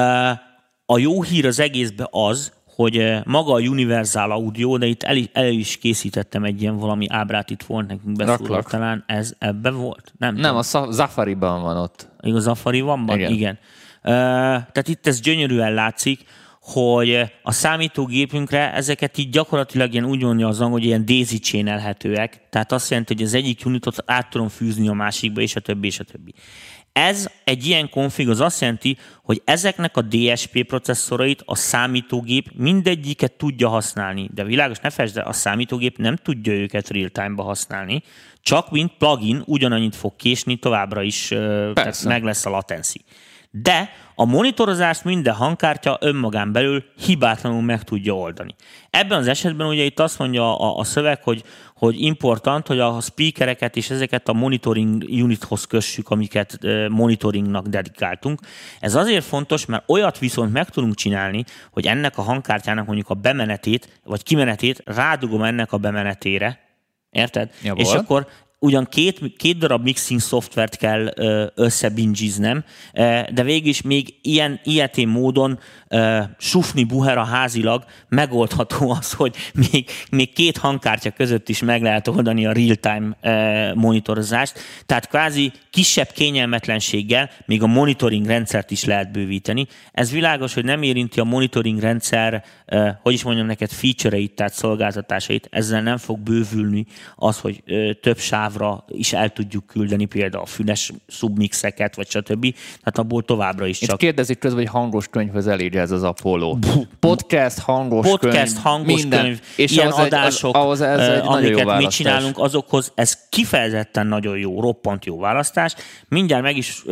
A jó hír az egészben az, hogy maga a Universal Audio, de itt el is készítettem egy ilyen valami ábrát, itt volt nekünk beszólva, talán ez ebben volt? Nem, a Safari-ban van ott. A Safari-ban? Igen. Tehát itt ez gyönyörűen látszik, hogy a számítógépünkre ezeket így gyakorlatilag ilyen úgy mondja az angol, hogy ilyen daisy chain-elhetőek, tehát azt jelenti, hogy az egyik unitot át tudom fűzni a másikba, és a többi, és a többi. Ez egy ilyen konfig az azt jelenti, hogy ezeknek a DSP processzorait a számítógép mindegyiket tudja használni. De világos, ne felejtsd, a számítógép nem tudja őket real-time-ba használni, csak mint plugin ugyanannyit fog késni, továbbra is tehát meg lesz a latency. De a monitorozást minden hangkártya önmagán belül hibátlanul meg tudja oldani. Ebben az esetben ugye itt azt mondja a szöveg, hogy important, hogy a speakereket és ezeket a monitoring unithoz kössük, amiket monitoringnak dedikáltunk. Ez azért fontos, mert olyat viszont meg tudunk csinálni, hogy ennek a hangkártyának mondjuk a bemenetét, vagy kimenetét rádugom ennek a bemenetére. Érted? Jabol. És akkor ugyan két darab mixing szoftvert kell összebingiznem, de végig is még ilyetén módon sufni buhera házilag megoldható az, hogy még két hangkártya között is meg lehet oldani a real-time monitorozást. Tehát kvázi kisebb kényelmetlenséggel még a monitoring rendszert is lehet bővíteni. Ez világos, hogy nem érinti a monitoring rendszer, hogy is mondjam neked, feature-eit, tehát szolgáltatásait. Ezzel nem fog bővülni az, hogy több sávra is el tudjuk küldeni például a füles submixeket, vagy stb. Tehát abból továbbra is csak... Itt kérdezik közben, hogy hangos könyvhöz elég ez az Apollo. Podcast, hangos könyv, és ilyen adások, amiket mi csinálunk, azokhoz ez kifejezetten nagyon jó, roppant jó választás. Mindjárt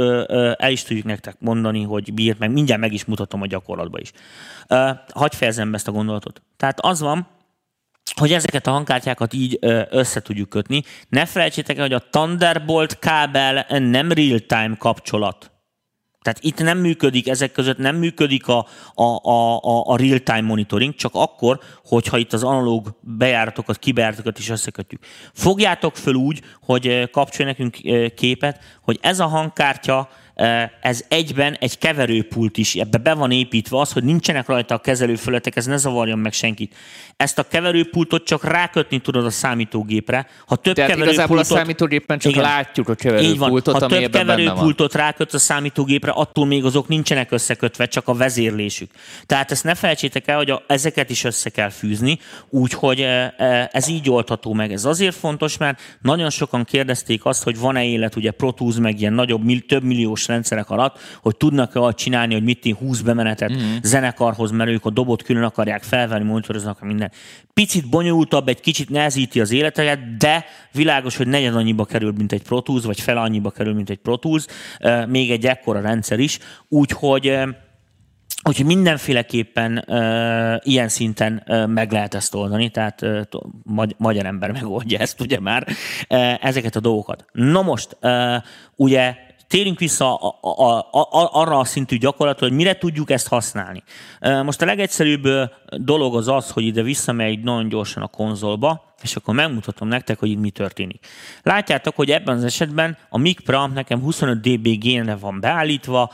el is tudjuk nektek mondani, hogy miért, meg mindjárt meg is mutatom a gyakorlatban is. Hadd fejezem be ezt a gondolatot. Tehát az van, hogy ezeket a hangkártyákat így össze tudjuk kötni. Ne felejtsétek el, hogy a Thunderbolt kábel nem real-time kapcsolat. Tehát itt nem működik, ezek között nem működik a real-time monitoring, csak akkor, hogyha itt az analóg bejáratokat, kibejáratokat is összekötjük. Fogjátok föl úgy, hogy kapcsolj nekünk képet, hogy ez a hangkártya, ez egyben egy keverőpult is, ebbe be van építve az, hogy nincsenek rajta a kezelőfölöttek, ez ne zavarjon meg senkit. Ezt a keverőpultot csak rákötni tudod a számítógépre. Ha több tehát igazából a számítógépen csak látjuk a keverőpultot, ha több keverőpultot rákötsz a számítógépre, attól még azok nincsenek összekötve, csak a vezérlésük. Tehát ezt ne felejtsétek el, hogy ezeket is össze kell fűzni, úgyhogy ez így oldható meg. Ez azért fontos, mert nagyon sokan kérdezték azt, hogy van-e élet, ugye Pro Tools, meg ilyen nagyobb, több milliós rendszerek alatt, hogy tudnak-e azt csinálni, hogy mit 20 bemenetet zenekarhoz, mert ők a dobot külön akarják felvenni, monitoroznak minden. Picit bonyolultabb, egy kicsit nehezíti az életeket, de világos, hogy negyed annyiba kerül, mint egy Pro Tools, vagy fele annyiba kerül, mint egy Pro Tools, még egy ekkora rendszer is, úgyhogy mindenféleképpen ilyen szinten meg lehet ezt oldani, tehát magyar ember megoldja ezt, ugye már, ezeket a dolgokat. Na most, ugye térjünk vissza arra a szintű gyakorlatra, hogy mire tudjuk ezt használni. Most a legegyszerűbb dolog az, hogy ide visszamegy nagyon gyorsan a konzolba, és akkor megmutatom nektek, hogy itt mi történik. Látjátok, hogy ebben az esetben a mic preamp nekem 25 dB gainre van beállítva,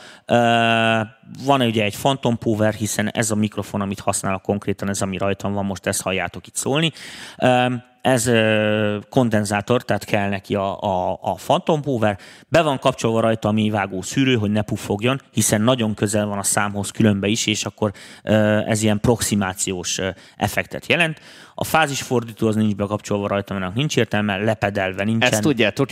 van ugye egy Phantom Power, hiszen ez a mikrofon, amit használok konkrétan, ez ami rajtam van, most ezt halljátok itt szólni. Ez kondenzátor, tehát kell neki a Phantom Power. Be van kapcsolva rajta a mélyvágó szűrő, hogy ne puffogjon, hiszen nagyon közel van a számhoz különbe is, és akkor ez ilyen proximációs effektet jelent. A fázisfordító az nincs bekapcsolva rajta, mert nincs értelme, lepedelve nincsen. Ezt tudjátok,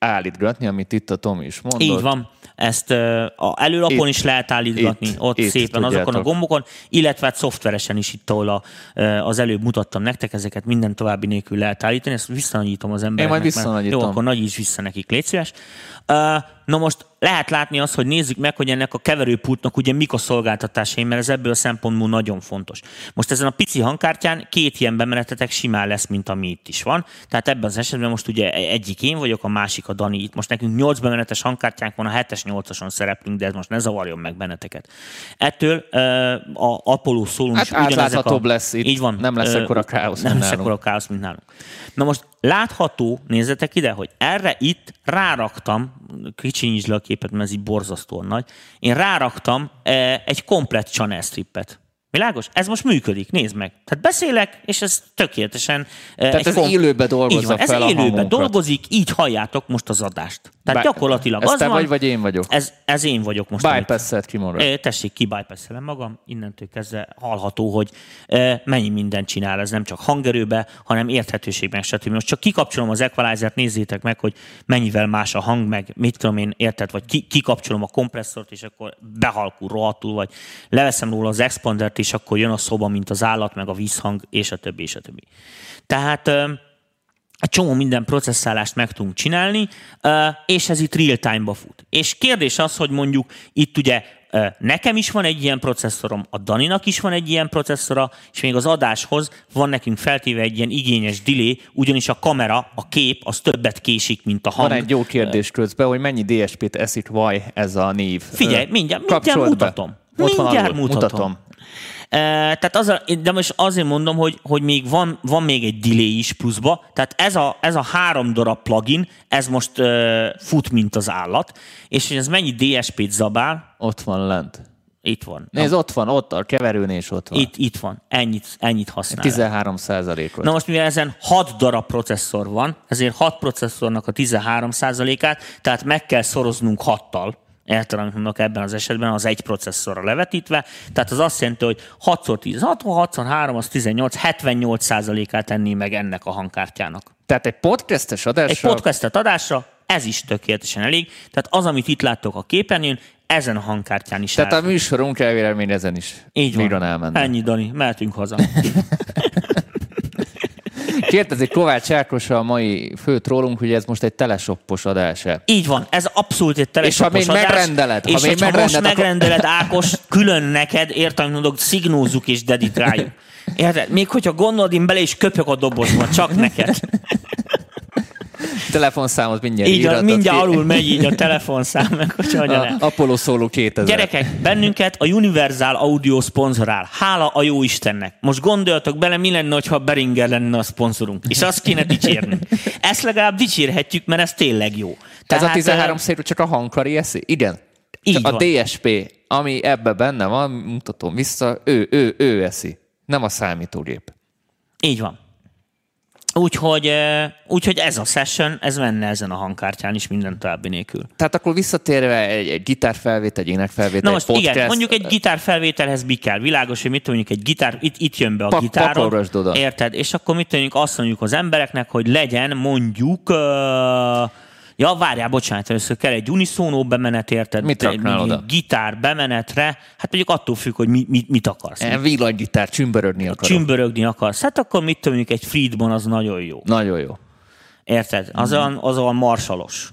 állítgatni, amit itt a Tomi is mondott. Így van. Ezt előlapon is lehet állítgatni, ott szépen azokon a gombokon, illetve hát szoftveresen is itt, ahol az előbb mutattam nektek, ezeket minden további nélkül lehet állítani, ezt visszanagyítom az embereknek. Én majd visszanagyítom. Jó, akkor nagyíts vissza nekik, légy szíves. Na most lehet látni azt, hogy nézzük meg, hogy ennek a keverőpultnak ugye mik a szolgáltatásai, mert ez ebből a szempontból nagyon fontos. Most ezen a pici hangkártyán 2 ilyen bemenetetek simán lesz, mint ami itt is van. Tehát ebben az esetben most ugye egyik én vagyok, a másik a Dani. Itt most nekünk 8 bemenetes hangkártyánk van, a 7-es, 8-ason szereplünk, de ez most ne zavarjon meg benneteket. Ettől a Apollo szólunk is átláthatóbb lesz itt. Így van. Nem lesz ekkora káosz, nem lesz ekkora káosz, mint nálunk. Na most látható, nézzetek ide, hogy erre itt ráraktam, kicsinyítsd le a képet, mert ez így borzasztóan nagy, én ráraktam egy komplett channel strippet. Világos? Ez most működik, nézd meg. Tehát beszélek, és ez tökéletesen... Tehát ez élőben dolgozza fel a hangunkat. Ez élőben dolgozik, így halljátok most az adást. Tehát gyakorlatilag az van... vagy én vagyok? Ez én vagyok most. Bypass-et kimondod. Tessék, kibypass-elem magam, innentől kezdve hallható, hogy mennyi mindent csinál, ez nem csak hangerőbe, hanem érthetőségben, stb. Most csak kikapcsolom az equalizert, nézzétek meg, hogy mennyivel más a hang, meg mit tudom én, érted, vagy kikapcsolom a kompresszort, és akkor behalkul rohadtul, vagy leveszem róla az expandert, és akkor jön a szoba, mint az állat, meg a vízhang, és a többi, és a többi. Tehát egy csomó minden processzálást meg tudunk csinálni, és ez itt real-time-ba fut. És kérdés az, hogy mondjuk itt ugye nekem is van egy ilyen processzorom, a Daninak is van egy ilyen processzora, és még az adáshoz van nekünk feltéve egy ilyen igényes delay, ugyanis a kamera, a kép, az többet késik, mint a hang. Van egy jó kérdés közben, hogy mennyi DSP-t eszik vaj ez a név. Figyelj, mindjárt mutatom. Mindjárt mutatom. Tehát de most azért mondom, hogy még van még egy delay is pluszba, tehát ez a 3 darab plugin, ez most fut, mint az állat, és hogy ez mennyi DSP-t zabál? Ott van lent. Itt van. Nézd, ott van, ott a keverőnél is ott van. Itt van, ennyit használ. 13%-ot. Na most mivel ezen 6 darab processzor van, ezért 6 processzornak a 13%-át, tehát meg kell szoroznunk 6-tal. Eltalán mondok ebben az esetben az egy processzorra levetítve, tehát az azt jelenti, hogy 6x10, 6x3, az 18, 78%-át enné meg ennek a hangkártyának. Tehát egy podcastes adásra? Egy podcastet adásra, ez is tökéletesen elég. Tehát az, amit itt láttok a képernyőn, ezen a hangkártyán is. Tehát a műsorunk elvélemény ezen is. Így van. Ennyi, Dani, mehetünk haza. Kérdezik Kovács Ákos, a mai fő trollunk, hogy ez most egy telesoppos adás-e. Így van, ez abszolút egy telesoppos adás. És ha most megrendeled, Ákos, külön neked, értem, mondok, szignózzuk és dedikáljuk. Érted? Még hogyha gondolod, én bele is köpök a dobozba, csak neked. Telefonszámot mindjárt így mindjárt alul megy így a telefonszám, meg hogyha Apollo Solo 2000. Gyerekek, bennünket a Universal Audio szponzorál. Hála a jó Istennek. Most gondoljatok bele, mi lenne, ha Behringer lenne a szponzorunk. És azt kéne dicsérni. Ezt legalább dicsérhetjük, mert ez tényleg jó. Tehát, ez a 13 szérű csak a hangkari eszi? Igen. Így a van. DSP, ami ebben benne van, mutatom vissza, ő eszi. Nem a számítógép. Így van. Úgyhogy ez a session, ez menne ezen a hangkártyán is minden további nélkül. Tehát akkor visszatérve egy gitárfelvétel, egy énekfelvétel, na most egy podcast. Igen, mondjuk egy gitárfelvételhez mi kell? Világos, hogy mit mondjuk egy gitár, itt jön be a gitáron. Érted? És akkor mit mondjuk azt mondjuk az embereknek, hogy legyen mondjuk... Ja, várjál, bocsánat, először kell egy uniszónó bemenet, érted? Mit raknál oda? Gitár bemenetre, hát mondjuk attól függ, hogy mit akarsz. Villanygitár, csümbörögni akarok. Csümbörögni akarsz. Hát akkor mit mondjuk egy Friedman, az nagyon jó. Nagyon jó. Érted? Az olyan marsalos.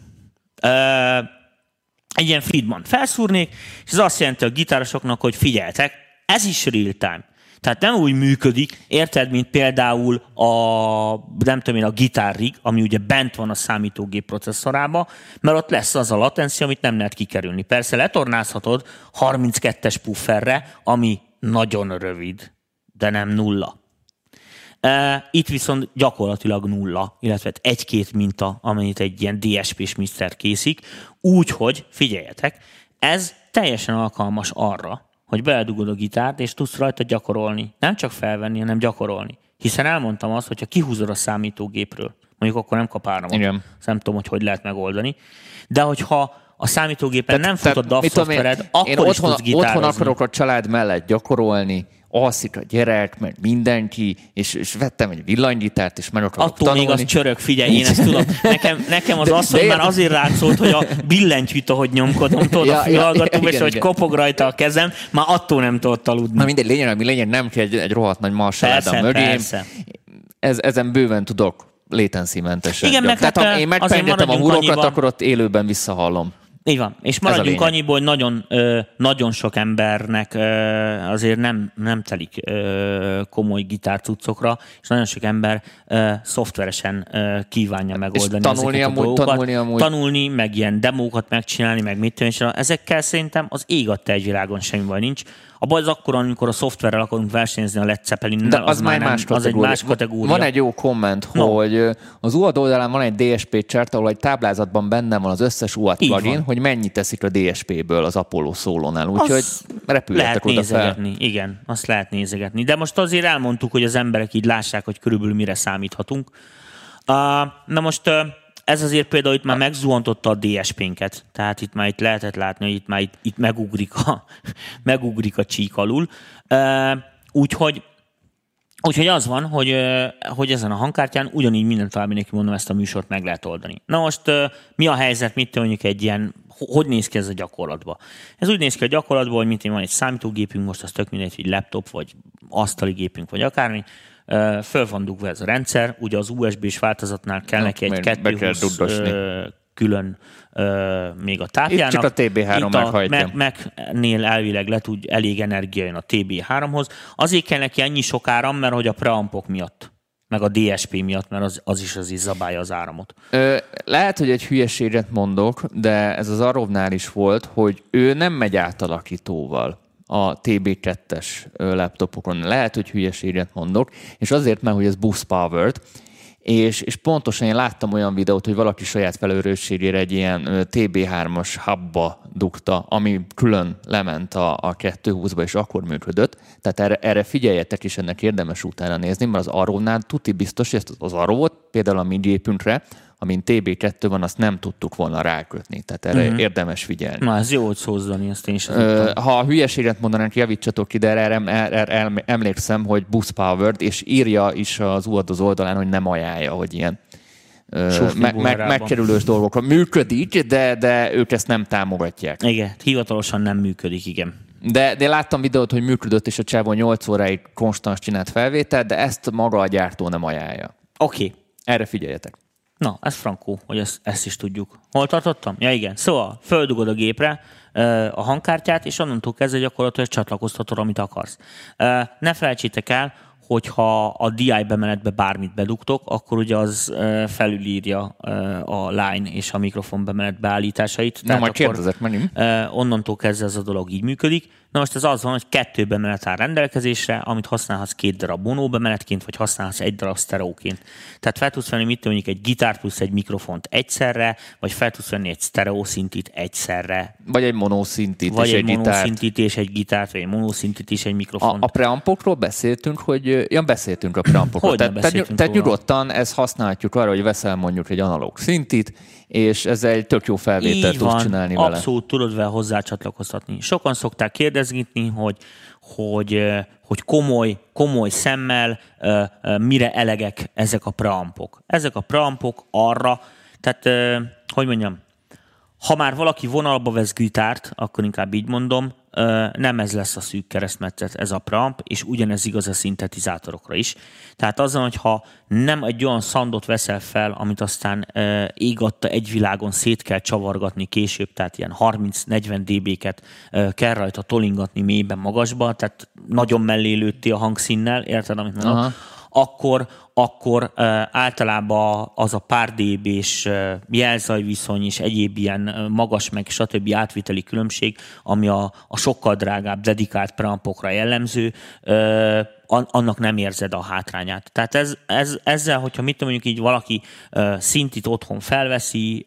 Egy ilyen Friedman felszúrnék, és ez azt jelenti a gitárosoknak, hogy figyeltek, ez is real time. Tehát nem úgy működik, érted, mint például a Guitar Rig, ami ugye bent van a számítógép processzorába, mert ott lesz az a latencia, amit nem lehet kikerülni. Persze letornázhatod 32-es pufferre, ami nagyon rövid, de nem nulla. Itt viszont gyakorlatilag nulla, illetve egy-két minta, amennyit egy ilyen DSP-s mixer készít. Úgyhogy, figyeljetek, ez teljesen alkalmas arra, hogy beledugod a gitárt, és tudsz rajta gyakorolni. Nem csak felvenni, hanem gyakorolni. Hiszen elmondtam azt, hogyha kihúzod a számítógépről, mondjuk akkor nem kap áramot. Igen. Nem tudom, hogy lehet megoldani. De hogyha a számítógépen nem futod a szoftvered, akkor is tudsz gitározni. Otthon akarok a család mellett gyakorolni, alszik a gyerek, meg mindenki, és vettem egy villanygitárt, és meg akarok tanulni. Attól még az csörög, figyelj, én ezt tudom. Nekem az asszony már azért rátszolt, hogy a billentyűt, ahogy nyomkodom, tudod, a fülhallgatóba, és hogy kopog rajta a kezem, már attól nem tudott aludni. Na mindegy, lényeg, nem kell egy rohadt nagy marsaládam mögém. Ezen bőven tudok latency-mentesen. Igen, tehát ha én megpengetem a hurokat, akkor ott élőben visszahallom. Így van. És maradjunk annyiból, hogy nagyon sok embernek azért nem telik komoly gitárcuccokra, és nagyon sok ember szoftveresen kívánja megoldani ezeket a dolgokat. Tanulni, meg ilyen demókat megcsinálni, meg mit tudom, és ezekkel szerintem az ég adta egy világon semmi baj nincs. A baj az akkor, amikor a szoftverrel akarunk versenyezni a Led Zeppelinnel, de az már egy más kategória. Van egy jó komment, hogy az UAD oldalán van egy DSP chart, ahol egy táblázatban benne van az összes UAD plugin, hogy mennyit teszik a DSP-ből az Apollo Solo-nál. Úgyhogy repüljetek oda fel. Igen, azt lehet nézegetni. De most azért elmondtuk, hogy az emberek így lássák, hogy körülbelül mire számíthatunk. Na most... Ez azért például itt már megzuhantotta a DSP-nket, tehát itt már lehetett látni, hogy itt megugrik a csík alul. Úgyhogy az van, hogy ezen a hangkártyán ugyanígy mindent tovább mindenki mondom, ezt a műsort meg lehet oldani. Na most mi a helyzet, mit mondjuk egy ilyen, hogy néz ki ez a gyakorlatban? Ez úgy néz ki a gyakorlatban, hogy mint van egy számítógépünk, most az tök mindegy, hogy laptop, vagy asztali gépünk, vagy akármi, föl van dugva ez a rendszer, ugye az USB-s változatnál kell neki egy 220 külön még a tápjának. Itt csak a TB3 meghajtja. Mac-nél elvileg elég energia jön a TB3-hoz. Azért kell neki ennyi sok áram, mert hogy a preampok miatt, meg a DSP miatt, mert az is zabálja az áramot. Lehet, hogy egy hülyeséget mondok, de ez az Arovnál is volt, hogy ő nem megy átalakítóval a TB2-es laptopokon. Lehet, hogy hülyeséget mondok, és azért, mert hogy ez boost powered, és pontosan én láttam olyan videót, hogy valaki saját felelősségére egy ilyen TB3-as hubba dugta, ami külön lement a 220-ba, és akkor működött. Tehát erre figyeljetek, és ennek érdemes utána nézni, mert az Arovnál tuti biztos, hogy az Arovot például a mi gépünkre, amin TB2 van, azt nem tudtuk volna rákötni. Tehát erre érdemes figyelni. Na, ez jó, hogy szózzani, ezt én is ha a hülyeséget mondanánk, javítsatok ki, de erre emlékszem, hogy boost powered, és írja is az UAD az oldalán, hogy nem ajánlja, hogy ilyen megkerülős dolgokra működik, de ők ezt nem támogatják. Igen, hivatalosan nem működik, igen. De láttam videót, hogy működött, és a csávó 8 óráig konstans csinált felvételt, de ezt maga a gyártó nem ajánlja. Oké. Erre figyeljetek. Na, ez frankó, hogy ezt is tudjuk. Hol tartottam? Ja, igen. Szóval földugod a gépre a hangkártyát, és onnantól kezdve gyakorlatilag csatlakoztatod, amit akarsz. Ne felejtsétek el, hogyha a DI bemenetbe bármit bedugtok, akkor ugye az felülírja a line és a mikrofon bemenet beállításait. Na, majd kérdezek, menjünk. Onnantól kezdve ez a dolog így működik. Na most ez az van, hogy 2 bemenet áll rendelkezésre, amit használhatsz 2 darab mono bemenetként, vagy használhatsz 1 darab sztereóként. Tehát fel tudsz venni mondjuk egy gitár plusz egy mikrofont egyszerre, vagy fel tudsz venni egy sztereószintit egyszerre. Vagy egy monoszintit és egy gitárt. Vagy egy monoszintit és egy gitárt, vagy egy monoszintit és egy mikrofont. A preampokról beszéltünk, beszéltünk a preampokról. Tehát nyugodtan ezt használhatjuk arra, hogy veszel mondjuk egy analóg szintit, és ez egy tök jó felvételt tudsz csinálni vele. Abszolút tudod vele hozzácsatlakoztatni. Sokan szokták kérdezgetni, hogy komoly szemmel mire elegek ezek a preampok. Ezek a preampok arra, tehát, hogy mondjam, ha már valaki vonalba vesz gitárt, akkor inkább így mondom, nem ez lesz a szűk keresztmetszet, ez a preamp, és ugyanez igaz a szintetizátorokra is. Tehát azon, hogyha nem egy olyan soundot veszel fel, amit aztán ég adta egy világon szét kell csavargatni később, tehát ilyen 30-40 dB-ket kell rajta tolingatni mélyben magasba, tehát nagyon mellé lőttél a hangszínnel, érted, amit mondok? Akkor általában az a pár dB-s jelzajviszony és egyéb ilyen magas meg stb. Átviteli különbség, ami a sokkal drágább dedikált preampokra jellemző, annak nem érzed a hátrányát. Tehát ezzel, hogyha mit mondjuk így valaki szintit otthon felveszi,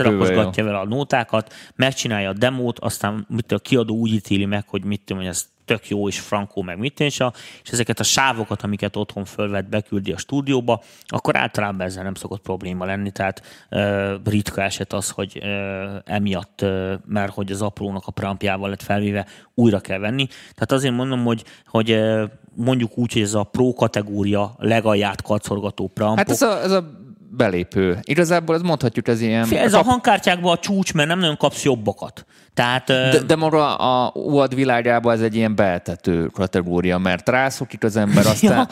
összerakosgatja vele a nótákat, megcsinálja a demót, aztán a kiadó úgy ítéli meg, hogy mit tudom, hogy ez tök jó, és frankó, meg mit és ezeket a sávokat, amiket otthon fölvett, beküldi a stúdióba, akkor általában ezzel nem szokott probléma lenni, tehát ritka eset az, hogy emiatt, mert hogy az aprónak a preampjával lett felvéve, újra kell venni. Tehát azért mondom, hogy mondjuk úgy, hogy ez a pro kategória legalját kacorgató preampok. Hát ez a belépő. Igazából ez mondhatjuk, ez ilyen... Ez a hangkártyákban a csúcs, mert nem nagyon kapsz jobbakat. Tehát, de maga a UAD világában ez egy ilyen beeltető kategória, mert rászokik az ember, aztán...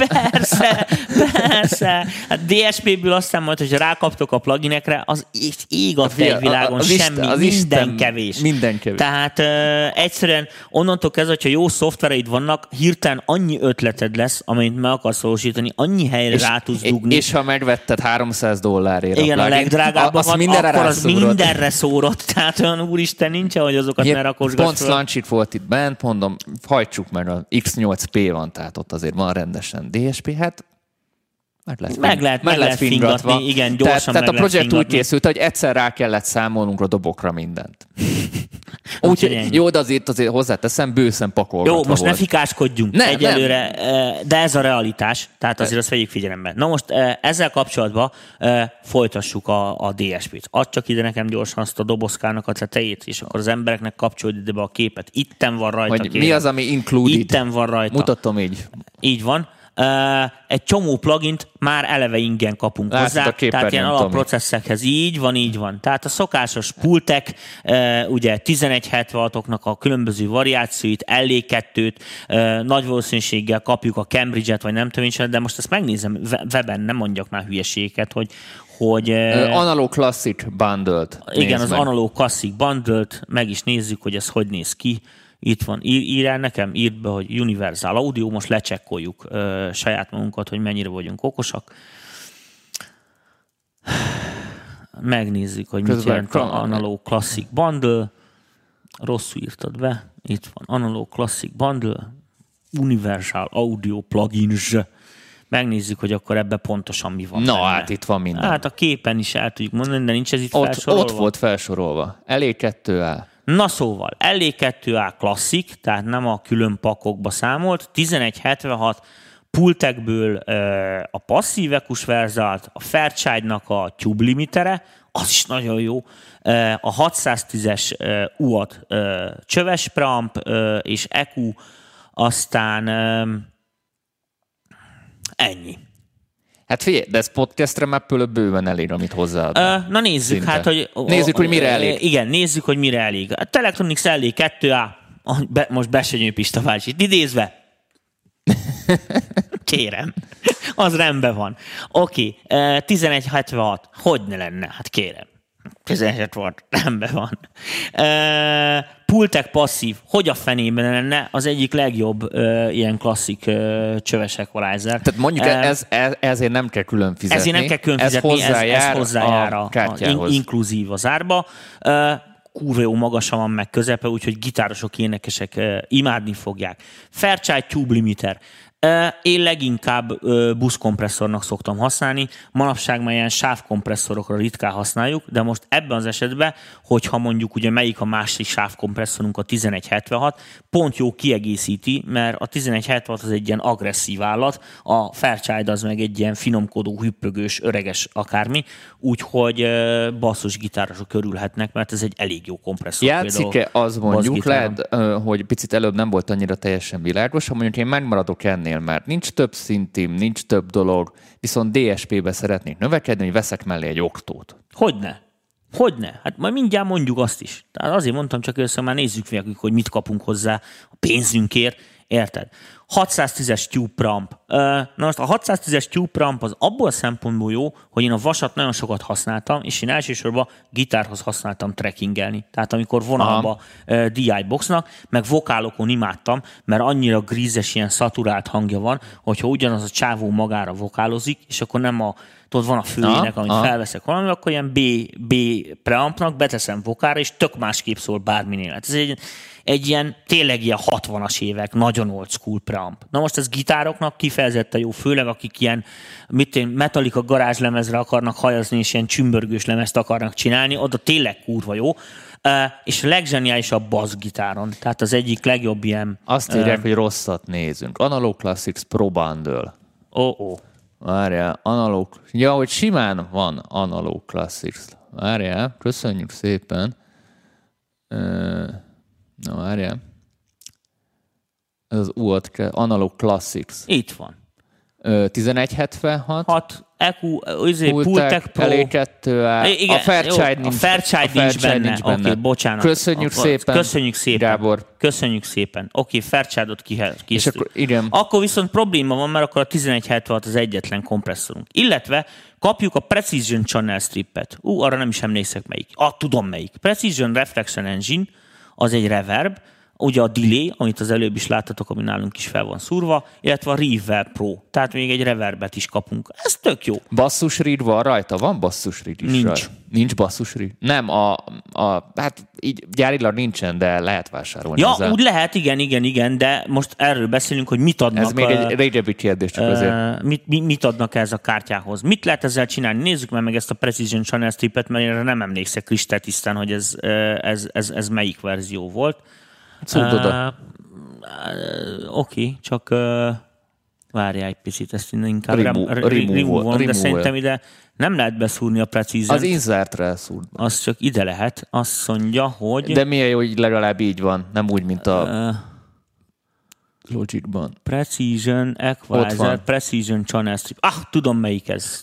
Persze. Hát DSP-ből aztán majd, hogyha rákaptok a pluginekre, az ég a világon semmi, minden kevés. Minden kevés. Tehát egyszerűen onnantól kezdve, hogyha jó szoftvereid vannak, hirtelen annyi ötleted lesz, amit meg akarsz valósítani, annyi helyre rá tudsz dugni. És ha megvetted $300 igen, a legdrágábbakat, akkor az mindenre szórott. Tehát olyan úristen nincs, hogy azokat ne rakosgass. Pont Launchit volt itt bent, mondom, hajtsuk meg, a X8P van, tehát ott azért van rendesen DSP, hát meg lehet fingatni, igen, gyorsan tehát a projekt úgy készült, hogy egyszer rá kellett számolnunk a dobokra mindent. Úgyhogy jó, de azért hozzáteszem, bőszen pakolgatva jó, most volt. Ne fikáskodjunk egyelőre, de ez a realitás, tehát azért azt vegyük figyelembe. Na most ezzel kapcsolatban folytassuk a DSP-t. Add csak ide nekem gyorsan azt a dobozkának a tetejét, és akkor az embereknek kapcsolódj ide be a képet. Itten van rajta. Hogy mi az, ami included? Itten van rajta. Mutatom így. Így van. Egy csomó plugint már eleve ingyen kapunk hozzá, tehát ilyen alapprocesszekhez így van. Tehát a szokásos pultek, ugye 1176-oknak a különböző variációit, LE2-t, nagy valószínűséggel kapjuk a Cambridge-et, vagy nem tudom, de most ezt megnézem weben, nem mondjak már hülyeségeket, hogy Analog Classic Bundle-t. Igen, az Analog Classic Bundle-t, meg is nézzük, hogy ez hogy néz ki. Itt van, írjál nekem, írd be, hogy Universal Audio, most lecsekkoljuk saját magunkat, hogy mennyire vagyunk okosak. Megnézzük, hogy mit jelent az Analog Classic Bundle. Rosszul írtad be. Itt van, Analog Classic Bundle, Universal Audio Plugins. Megnézzük, hogy akkor ebben pontosan mi van. Hát itt van minden. Hát a képen is el tudjuk mondani, de nincs ez itt felsorolva. Ott volt felsorolva. LE2A. Na szóval, LE2A Classic, tehát nem a külön pakokba számolt, 1176 pultekből a passzív ekus verzált, a Fairchild-nak a tube limitere, az is nagyon jó, a 610-es UAD csöves preamp és EQ, aztán ennyi. Hát figyelj, de ez podcastre már bőven elég, amit hozzáadna. Na nézzük, szinte. Hát, hogy... Nézzük, hogy mire elég. Igen, nézzük, hogy mire elég. A Telectronics LE2A, most Besenyő Pista bácsit idézve. Kérem. Az rendben van. Oké, 1176. Hogy ne lenne? Hát kérem. 1176. Rendben van. Pultek passzív. Hogy a fenében lenne? Az egyik legjobb ilyen klasszik csöves equalizer. Tehát mondjuk ezért nem kell külön fizetni. Ezért nem kell külön fizetni, ez hozzájár a kártyához. Inkluzív az árba. Kurva jó magasan van meg közepe, úgyhogy gitárosok, énekesek imádni fogják. Fairchild Tube Limiter. Én leginkább buszkompresszornak szoktam használni, manapság már ilyen sávkompresszorokra ritkán használjuk, de most ebben az esetben, hogyha mondjuk ugye melyik a másik sávkompresszorunk, a 1176, pont jó kiegészíti, mert a 1176 az egy ilyen agresszív állat, a Fairchild az meg egy ilyen finomkodó, hüppögős, öreges akármi, úgyhogy basszusgitárosok örülhetnek, mert ez egy elég jó kompresszor. Játszik-e az mondjuk, lehet, hogy picit előbb nem volt annyira teljesen világos, ha mondjuk én megmaradok ennél, mert nincs több szintim, nincs több dolog, viszont DSP-be szeretnék növekedni, hogy veszek mellé egy októt. Hogyne? Hát majd mindjárt mondjuk azt is. Tehát azért mondtam, csak össze már nézzük meg, hogy mit kapunk hozzá a pénzünkért. Érted? 610-es tube preamp. Na most a 610-es tube preamp az abból a szempontból jó, hogy én a vasat nagyon sokat használtam, és én elsősorban gitárhoz használtam trackingelni. Tehát amikor vonalba DI boxnak, meg vokálokon imádtam, mert annyira grízes, ilyen szaturált hangja van, hogyha ugyanaz a csávó magára vokálozik, és akkor nem tudod, van a főének, amit felveszek valami, akkor ilyen B preampnak beteszem vokára, és tök másképp szól bárminél. Hát ez egy ilyen tényleg ilyen 60-as évek, nagyon old school preamp. Na most ez gitároknak kifejezetten jó, főleg akik ilyen Metallica garázslemezre akarnak hajazni, és ilyen csümbörgős lemezt akarnak csinálni, oda tényleg kurva jó. És a legzseniálisabb bassgitáron, tehát az egyik legjobb ilyen... Azt írják, hogy rosszat nézünk. Analog Classics Pro Bundle. Várjál, analóg... Ja, hogy simán van Analog Classics. Várjál, köszönjük szépen. Na, várjál. Ez az Analog Classics. Itt van. 1176. 6 EQ, Pultec Pro. Igen, a Fairchild nincs benne. Oké, bocsánat. Köszönjük szépen. Köszönjük szépen. Gábor. Köszönjük szépen. Oké, Fairchildot kikészítjük. Akkor viszont probléma van, mert akkor a 1176 az egyetlen kompresszorunk. Illetve kapjuk a Precision Channel Strip-et. Arra nem is emlékszek melyik. Tudom melyik. Precision Reflection Engine, az egy reverb, ugye a delay, amit az előbb is láttatok, ami nálunk is fel van szúrva, illetve a Reverb Pro, tehát még egy reverbet is kapunk. Ez tök jó. Basszus reed van rajta? Van basszus reed is? Nincs. Nincs basszus reed? Nem, hát így gyárilag nincsen, de lehet vásárolni. Ja, hozzá. Úgy lehet, igen, de most erről beszélünk, hogy mit adnak. Ez még egy régebbi kérdés, csak azért. Mit adnak ez a kártyához? Mit lehet ezzel csinálni? Nézzük meg ezt a Precision Channel Strip-et, mert én nem emlékszek kristálytisztán, hogy ez melyik verzió volt. Oké, csak várjál egy picit, ezt inkább remove-on, de szerintem ide nem lehet beszúrni a Precision. Az insertre elszúrt. Az csak ide lehet. Azt mondja, hogy... De milyen jó, hogy legalább így van, nem úgy, mint a Logicban. Precision Equalizer, Precision Channel Strip. Tudom melyik ez.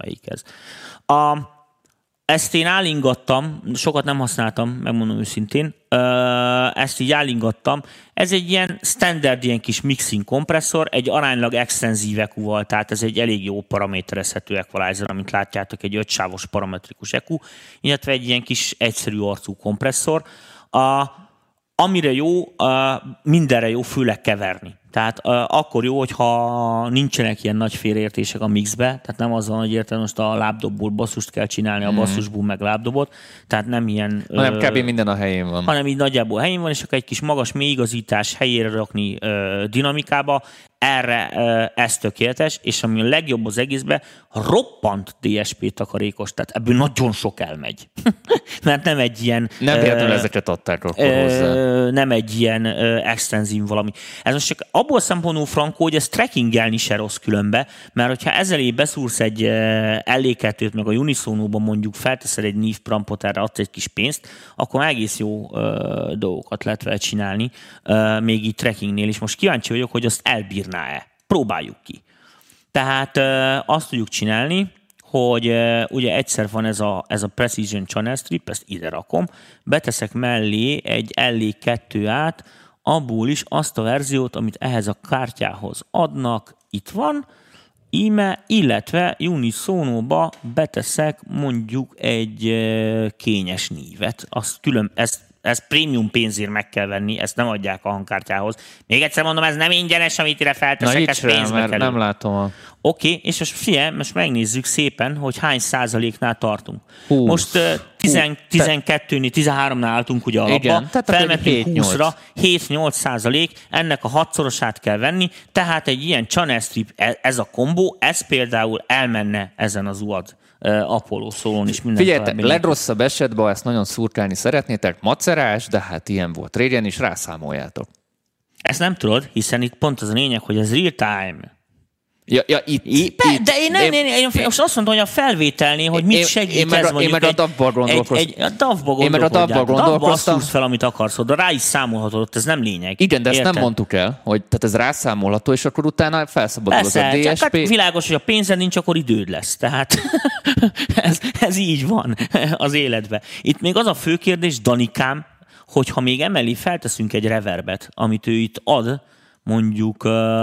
Ezt én állingattam, sokat nem használtam, megmondom őszintén, ezt így állingattam. Ez egy ilyen standard, ilyen kis mixing kompresszor, egy aránylag extenzív EQ-val, tehát ez egy elég jó paraméterezhető equalizer, amit látjátok, egy 5 sávos parametrikus EQ, illetve egy ilyen kis egyszerű arcú kompresszor. Amire jó, mindenre jó, főleg keverni. Tehát akkor jó, hogyha nincsenek ilyen nagy félreértések a mixbe, tehát nem az van, hogy érted, most a lábdobból basszust kell csinálni, a basszusból meg lábdobot, tehát nem ilyen... Hanem kb. Minden a helyén van. Hanem így nagyjából helyén van, és akkor egy kis magas mélyigazítás helyére rakni dinamikába, erre ez tökéletes, és ami a legjobb az egészben, roppant DSP takarékos, tehát ebből nagyon sok elmegy. Mert nem egy ilyen... Nem véletlenül ezeket adták akkor hozzá. Nem egy ilyen extenzív valami. Ez most csak abból szempontból frankó, hogy ez trackingelni se rossz különbe, mert hogyha ezzel beszúrsz egy LE2-t, meg a Unisonóban mondjuk felteszed egy NIF prampot, erre adsz egy kis pénzt, akkor egész jó dolgokat lehet vele csinálni, még így trackingnél is. Most kíváncsi vagyok, hogy azt elbírná-e. Próbáljuk ki. Tehát azt tudjuk csinálni, hogy ugye egyszer van ez a Precision Channel Strip, ezt ide rakom, beteszek mellé egy LE2-át, abból is azt a verziót, amit ehhez a kártyához adnak, itt van, íme, illetve Unisonóba beteszek mondjuk egy kényes nívet. Ezt prémium pénzért meg kell venni, ezt nem adják a hangkártyához. Még egyszer mondom, ez nem ingyenes, amit ide felteszek, ez pénzbe kerül. Nem látom. Oké, és most figyelj, most megnézzük szépen, hogy hány százaléknál tartunk. 20. Most 12-nél, 13-nál álltunk ugye alapba, felmentünk 20-ra, 7-8%, ennek a 6-szorosát kell venni, tehát egy ilyen channel strip, ez a kombó, ez például elmenne ezen az UAD Apollo szólón is minden. Figyeljetek, legrosszabb esetben, ezt nagyon szurkálni szeretnétek, macerás, de hát ilyen volt régen is, rászámoljátok. Ezt nem tudod, hiszen itt pont az a lényeg, hogy ez real time. Ja, itt. De én most azt mondom, hogy a felvételnél, hogy mit segít ez mondjuk. Én meg a DAV-ból gondolkoztam. Én meg a DAV-ból gondolkoztam. Fel, amit akarsz, de rá is számolhatod, ez nem lényeg. Igen, de ezt nem mondtuk el, hogy tehát ez rászámolható, és akkor utána felszabadul az a DSP. Hát világos, hogy a pénzed nincs, akkor időd lesz. Tehát ez így van az életben. Itt még az a fő kérdés, Danikám, hogyha még emellé felteszünk egy reverbet, amit ő itt ad, mondjuk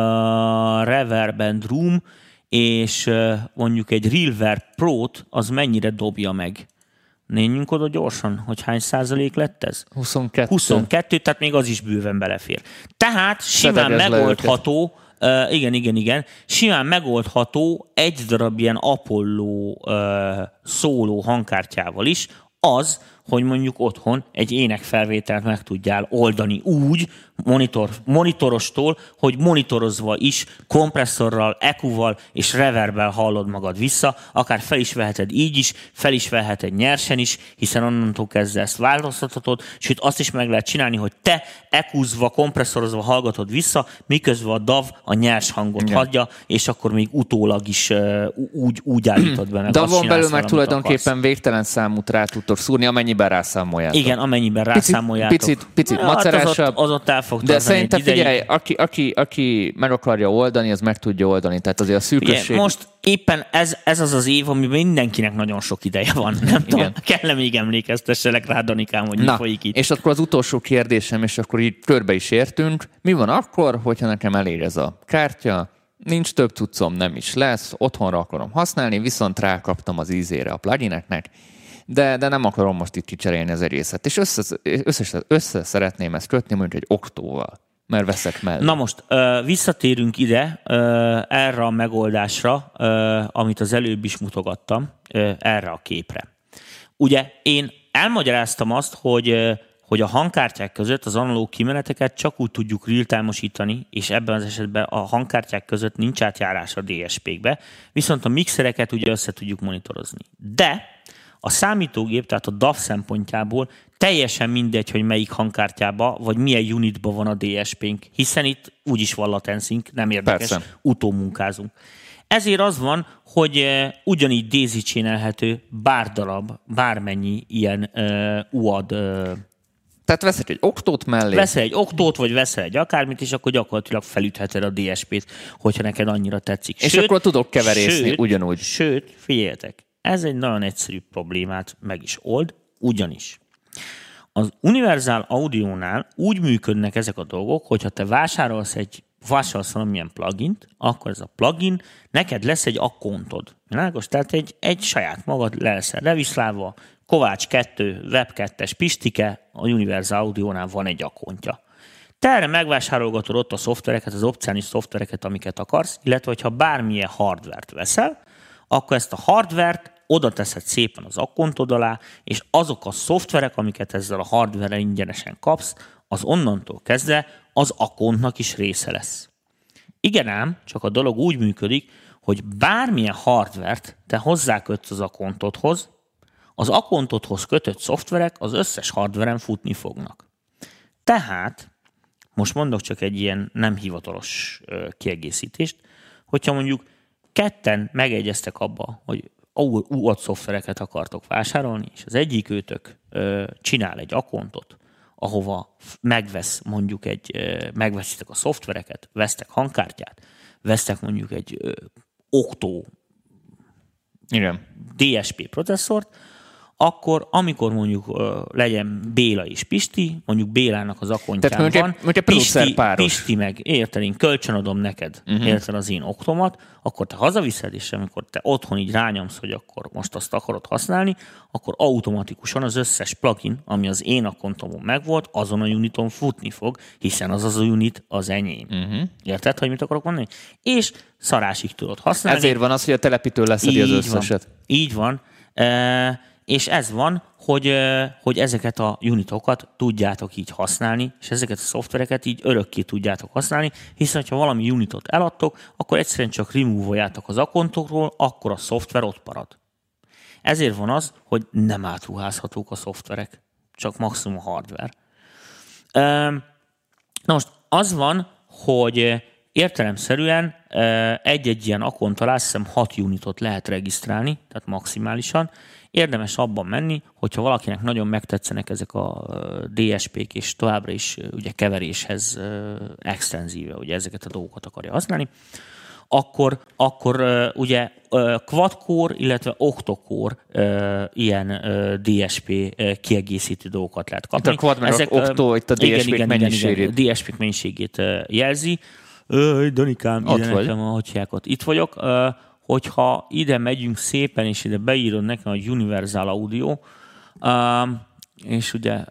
Reverb and Room, és mondjuk egy Reverb Pro-t, az mennyire dobja meg? Nézzünk oda gyorsan, hogy hány százalék lett ez? 22, tehát még az is bőven belefér. Tehát simán megoldható, igen, simán megoldható egy darab ilyen Apollo szóló hangkártyával is, az, hogy mondjuk otthon egy énekfelvételt meg tudjál oldani úgy, monitorostól, hogy monitorozva is, kompresszorral, EQ-val és reverbbel hallod magad vissza, akár fel is veheted így is, fel is veheted nyersen is, hiszen onnantól kezdve ezt változtathatod, sőt azt is meg lehet csinálni, hogy te EQ-zva, kompresszorozva hallgatod vissza, miközben a DAW a nyers hangot hagyja, és akkor még utólag is úgy állítod be. DAW-on belül meg tulajdonképpen végtelen számút rá tudtok szúrni, amennyiben rászámoljátok. Igen, amennyiben rászámoljátok. Picit macerásabb. Az ott el fog de szerintem figyelj, aki meg akarja oldani, az meg tudja oldani. Tehát azért a szűkösség... Ugye, most éppen ez az év, amiben mindenkinek nagyon sok ideje van. Nem tudom, kell még emlékeztesselek rá, Danikám, hogy mi folyik itt. És akkor az utolsó kérdésem, és akkor így körbe is értünk. Mi van akkor, hogyha nekem elég ez a kártya, nincs több cuccom, nem is lesz, otthonra akarom használni, viszont rákaptam az ízére a plugineknek, de nem akarom most itt kicserélni az egészet. És össze szeretném ezt kötni mondjuk egy októval, mert veszek mellé. Na most visszatérünk ide, erre a megoldásra, amit az előbb is mutogattam, erre a képre. Ugye én elmagyaráztam azt, hogy a hangkártyák között az analóg kimeneteket csak úgy tudjuk real-time-osítani, és ebben az esetben a hangkártyák között nincs átjárás a DSP-kbe, viszont a mixereket ugye össze tudjuk monitorozni. De a számítógép, tehát a DAW szempontjából teljesen mindegy, hogy melyik hangkártyába, vagy milyen unitba van a DSP-nk, hiszen itt úgyis van latencing, nem érdekes, utómunkázunk. Ezért az van, hogy ugyanígy daisy-chainelhető bár darab, bármennyi ilyen UAD. Tehát veszel egy októt mellé? Veszel egy októt, vagy veszel egy akármit, és akkor gyakorlatilag felütheted a DSP-t, hogyha neked annyira tetszik. És akkor tudok keverészni ugyanúgy. Sőt, figyeljetek, ez egy nagyon egyszerű problémát meg is old, ugyanis. Az Universal Audio-nál úgy működnek ezek a dolgok, hogyha te vásárolsz valamilyen plugint, akkor ez a plugin, neked lesz egy akkontod. Világos? Tehát egy saját magad lesz reviszlálva, Kovács 2, Web 2-es Pistike, a Universal Audio-nál van egy akkontja. Te erre megvásárolgatod ott a szoftvereket, az opciális szoftvereket, amiket akarsz, illetve hogyha bármilyen hardvert veszel, akkor ezt a hardvert oda teszed szépen az akkontod alá, és azok a szoftverek, amiket ezzel a hardware-rel ingyenesen kapsz, az onnantól kezdve az akkontnak is része lesz. Igen ám, csak a dolog úgy működik, hogy bármilyen hardvert te hozzákötsz az akkontodhoz, az akkontodhoz kötött szoftverek az összes hardveren futni fognak. Tehát, most mondok csak egy ilyen nem hivatalos kiegészítést, hogyha mondjuk ketten megegyeztek abba, hogy UAD szoftvereket akartok vásárolni, és az egyik őtök csinál egy akkontot, ahova megveszitek a szoftvereket, vesztek hangkártyát, vesztek mondjuk egy Octo DSP processzort, akkor amikor mondjuk legyen Béla és Pisti, mondjuk Bélának az akkontján van, Pisti meg érted, én kölcsönadom neked, érted az én oktomat, akkor te hazaviszed, és amikor te otthon így rányomsz, hogy akkor most azt akarod használni, akkor automatikusan az összes plugin, ami az én akkontomon megvolt, azon a uniton futni fog, hiszen az a unit az enyém. Érted, hogy mit akarok mondani? És szarásig tudod használni. Ezért van az, hogy a telepítő leszedi az összeset. Így van. És ez van, hogy ezeket a unitokat tudjátok így használni, és ezeket a szoftvereket így örökké tudjátok használni, hiszen ha valami unitot eladtok, akkor egyszerűen csak remove-oljátok az akkontokról, akkor a szoftver ott marad. Ezért van az, hogy nem átruházhatók a szoftverek, csak maximum a hardware. Na most az van, hogy értelemszerűen egy-egy ilyen akkonttal azt hiszem 6 unitot lehet regisztrálni, tehát maximálisan. Érdemes abban menni, hogyha valakinek nagyon megtetszenek ezek a DSP-k, és továbbra is ugye keveréshez extenzíve, ugye ezeket a dolgokat akarja használni, akkor ugye quad-core, illetve octo-core ilyen DSP kiegészítő dolgokat lehet kapni. Itt a quad meg octo, itt a DSP-k mennyiségét. Igen, DSP-k mennyiségét jelzi. Danikám, ide nekem a hagyjákat. Itt vagyok. Hogyha ide megyünk szépen, és ide beírod nekem a Universal Audio, és ugye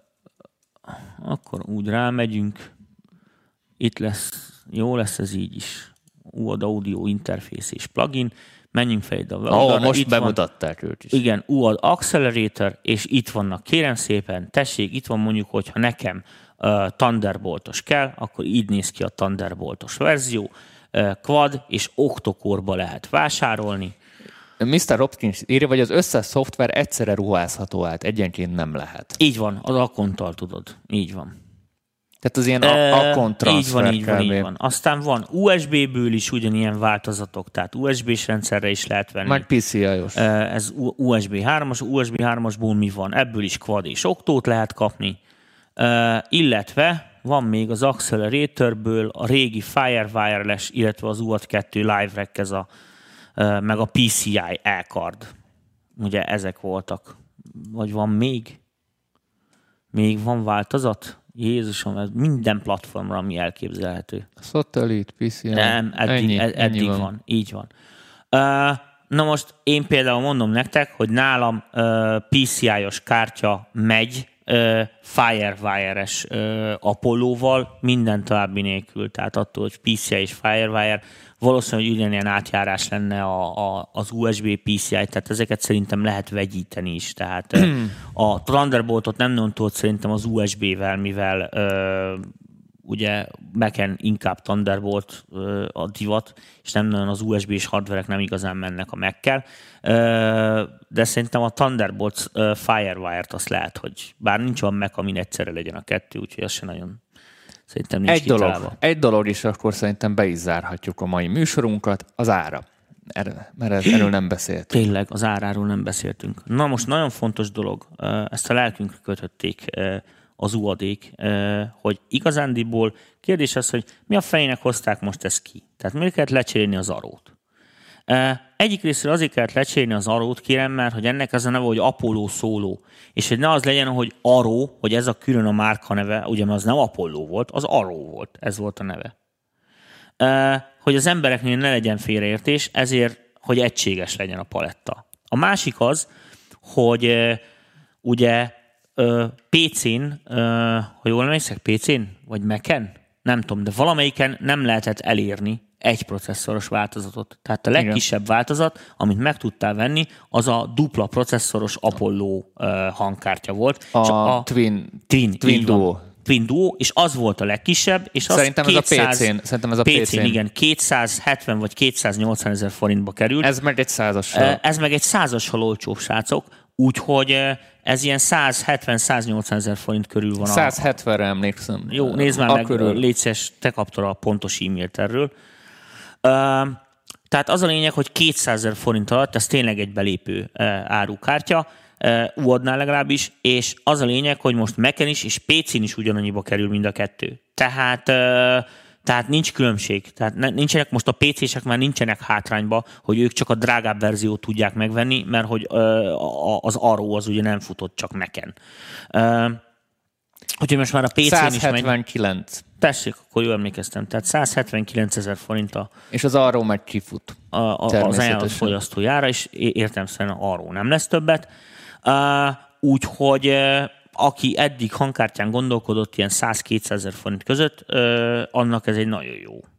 akkor úgy rámegyünk, itt lesz, jó lesz ez így is, UAD Audio Interface és plugin, menjünk fel ide. Most bemutatták őt is. Igen, UAD Accelerator, és itt vannak, kérem szépen, tessék, itt van mondjuk, hogyha nekem Thunderboltos kell, akkor így néz ki a Thunderboltos verzió, quad és octocore-ba lehet vásárolni. Mr. Hopkins írja, hogy az összes szoftver egyszerre ruházható át, egyenként nem lehet. Így van, az Akonttal tudod, így van. Tehát az ilyen Akon transfer. Így van. Aztán van USB-ből is ugyanilyen változatok, tehát USB-s rendszerre is lehet venni. Meg PCI-os. Ez USB 3-as, USB 3-asból mi van? Ebből is quad és októt lehet kapni. Illetve van még az Acceleratorből a régi Firewire-les, illetve az UAD 2 Live Rack, meg a PCI E-card. Ugye ezek voltak. Vagy van még? Még van változat? Jézusom, ez minden platformra, ami elképzelhető. Satellite, PCI. Nem, eddig van. Így van. Na most én például mondom nektek, hogy nálam PCI-os kártya megy Firewire-es Apollo-val, minden további nélkül. Tehát attól, hogy PCI és Firewire, valószínűleg ugyanilyen átjárás lenne az USB PCI, tehát ezeket szerintem lehet vegyíteni is. Tehát a Thunderboltot nem nagyon tudod szerintem az USB-vel, mivel ugye Mac-en inkább Thunderbolt a divat, és nem nagyon az USB-s hardverek nem igazán mennek a Mac-kel, de szerintem a Thunderbolt Firewire-t azt lehet, hogy bár nincs olyan Mac, amin egyszerre legyen a kettő, úgyhogy az se nagyon szerintem nincs kitalálva. Egy dolog is, akkor szerintem be is zárhatjuk a mai műsorunkat, az ára. Mert erről nem beszéltünk. Tényleg, az áráról nem beszéltünk. Na most nagyon fontos dolog, ezt a lelkünkre kötötték az UAD-ék, hogy igazándiból kérdés az, hogy mi a fejének hozták most ezt ki. Tehát miért kellett lecserélni az arót? Egyik részről azért kellett lecserélni az arót, kérem, mert hogy ennek az a neve, hogy Apollo szóló. És hogy ne az legyen, hogy Arrow, hogy ez a külön a márka neve, ugye az nem Apollo volt, az Arrow volt, ez volt a neve. Hogy az embereknél ne legyen félreértés, ezért, hogy egységes legyen a paletta. A másik az, hogy ugye PC-n, ha jól emlékszek, PC-n, vagy Mac-en, nem tudom, de valamelyiken nem lehetett elérni egy processzoros változatot. Tehát a legkisebb változat, amit meg tudtál venni, az a dupla processzoros Apollo hangkártya volt. A Twin Duo. Twin Duo, és az volt a legkisebb, és az szerintem 200, ez a PC-n. Igen, 270 vagy 280 ezer forintba került. Ez meg egy 100-as. Ez meg egy 100-assal olcsóbb, srácok, úgyhogy ez ilyen 170-180 ezer forint körül van. 170-re emlékszem. Jó, nézd már meg, légy szíves, te kaptad a pontos e-mailt erről. Tehát az a lényeg, hogy 200 ezer forint alatt, ez tényleg egy belépő árukártya, UAD-nál legalábbis, és az a lényeg, hogy most Mac-en is és PC-n is ugyanannyiba kerül mind a kettő. Tehát nincs különbség. Tehát nincsenek most a PC-sek már nincsenek hátrányba, hogy ők csak a drágább verziót tudják megvenni, mert hogy az Arrow az ugye nem futott csak Mac-en. Úgyhogy most már a PC-n 179. is megy. Tessék, akkor jól emlékeztem. Tehát 179 ezer forint és az Arrow meg kifut. Az ajánlott fogyasztójára, és értelemszerűen Arrow nem lesz többet. Úgyhogy aki eddig hangkártyán gondolkodott ilyen 100-200 ezer forint között, annak ez egy nagyon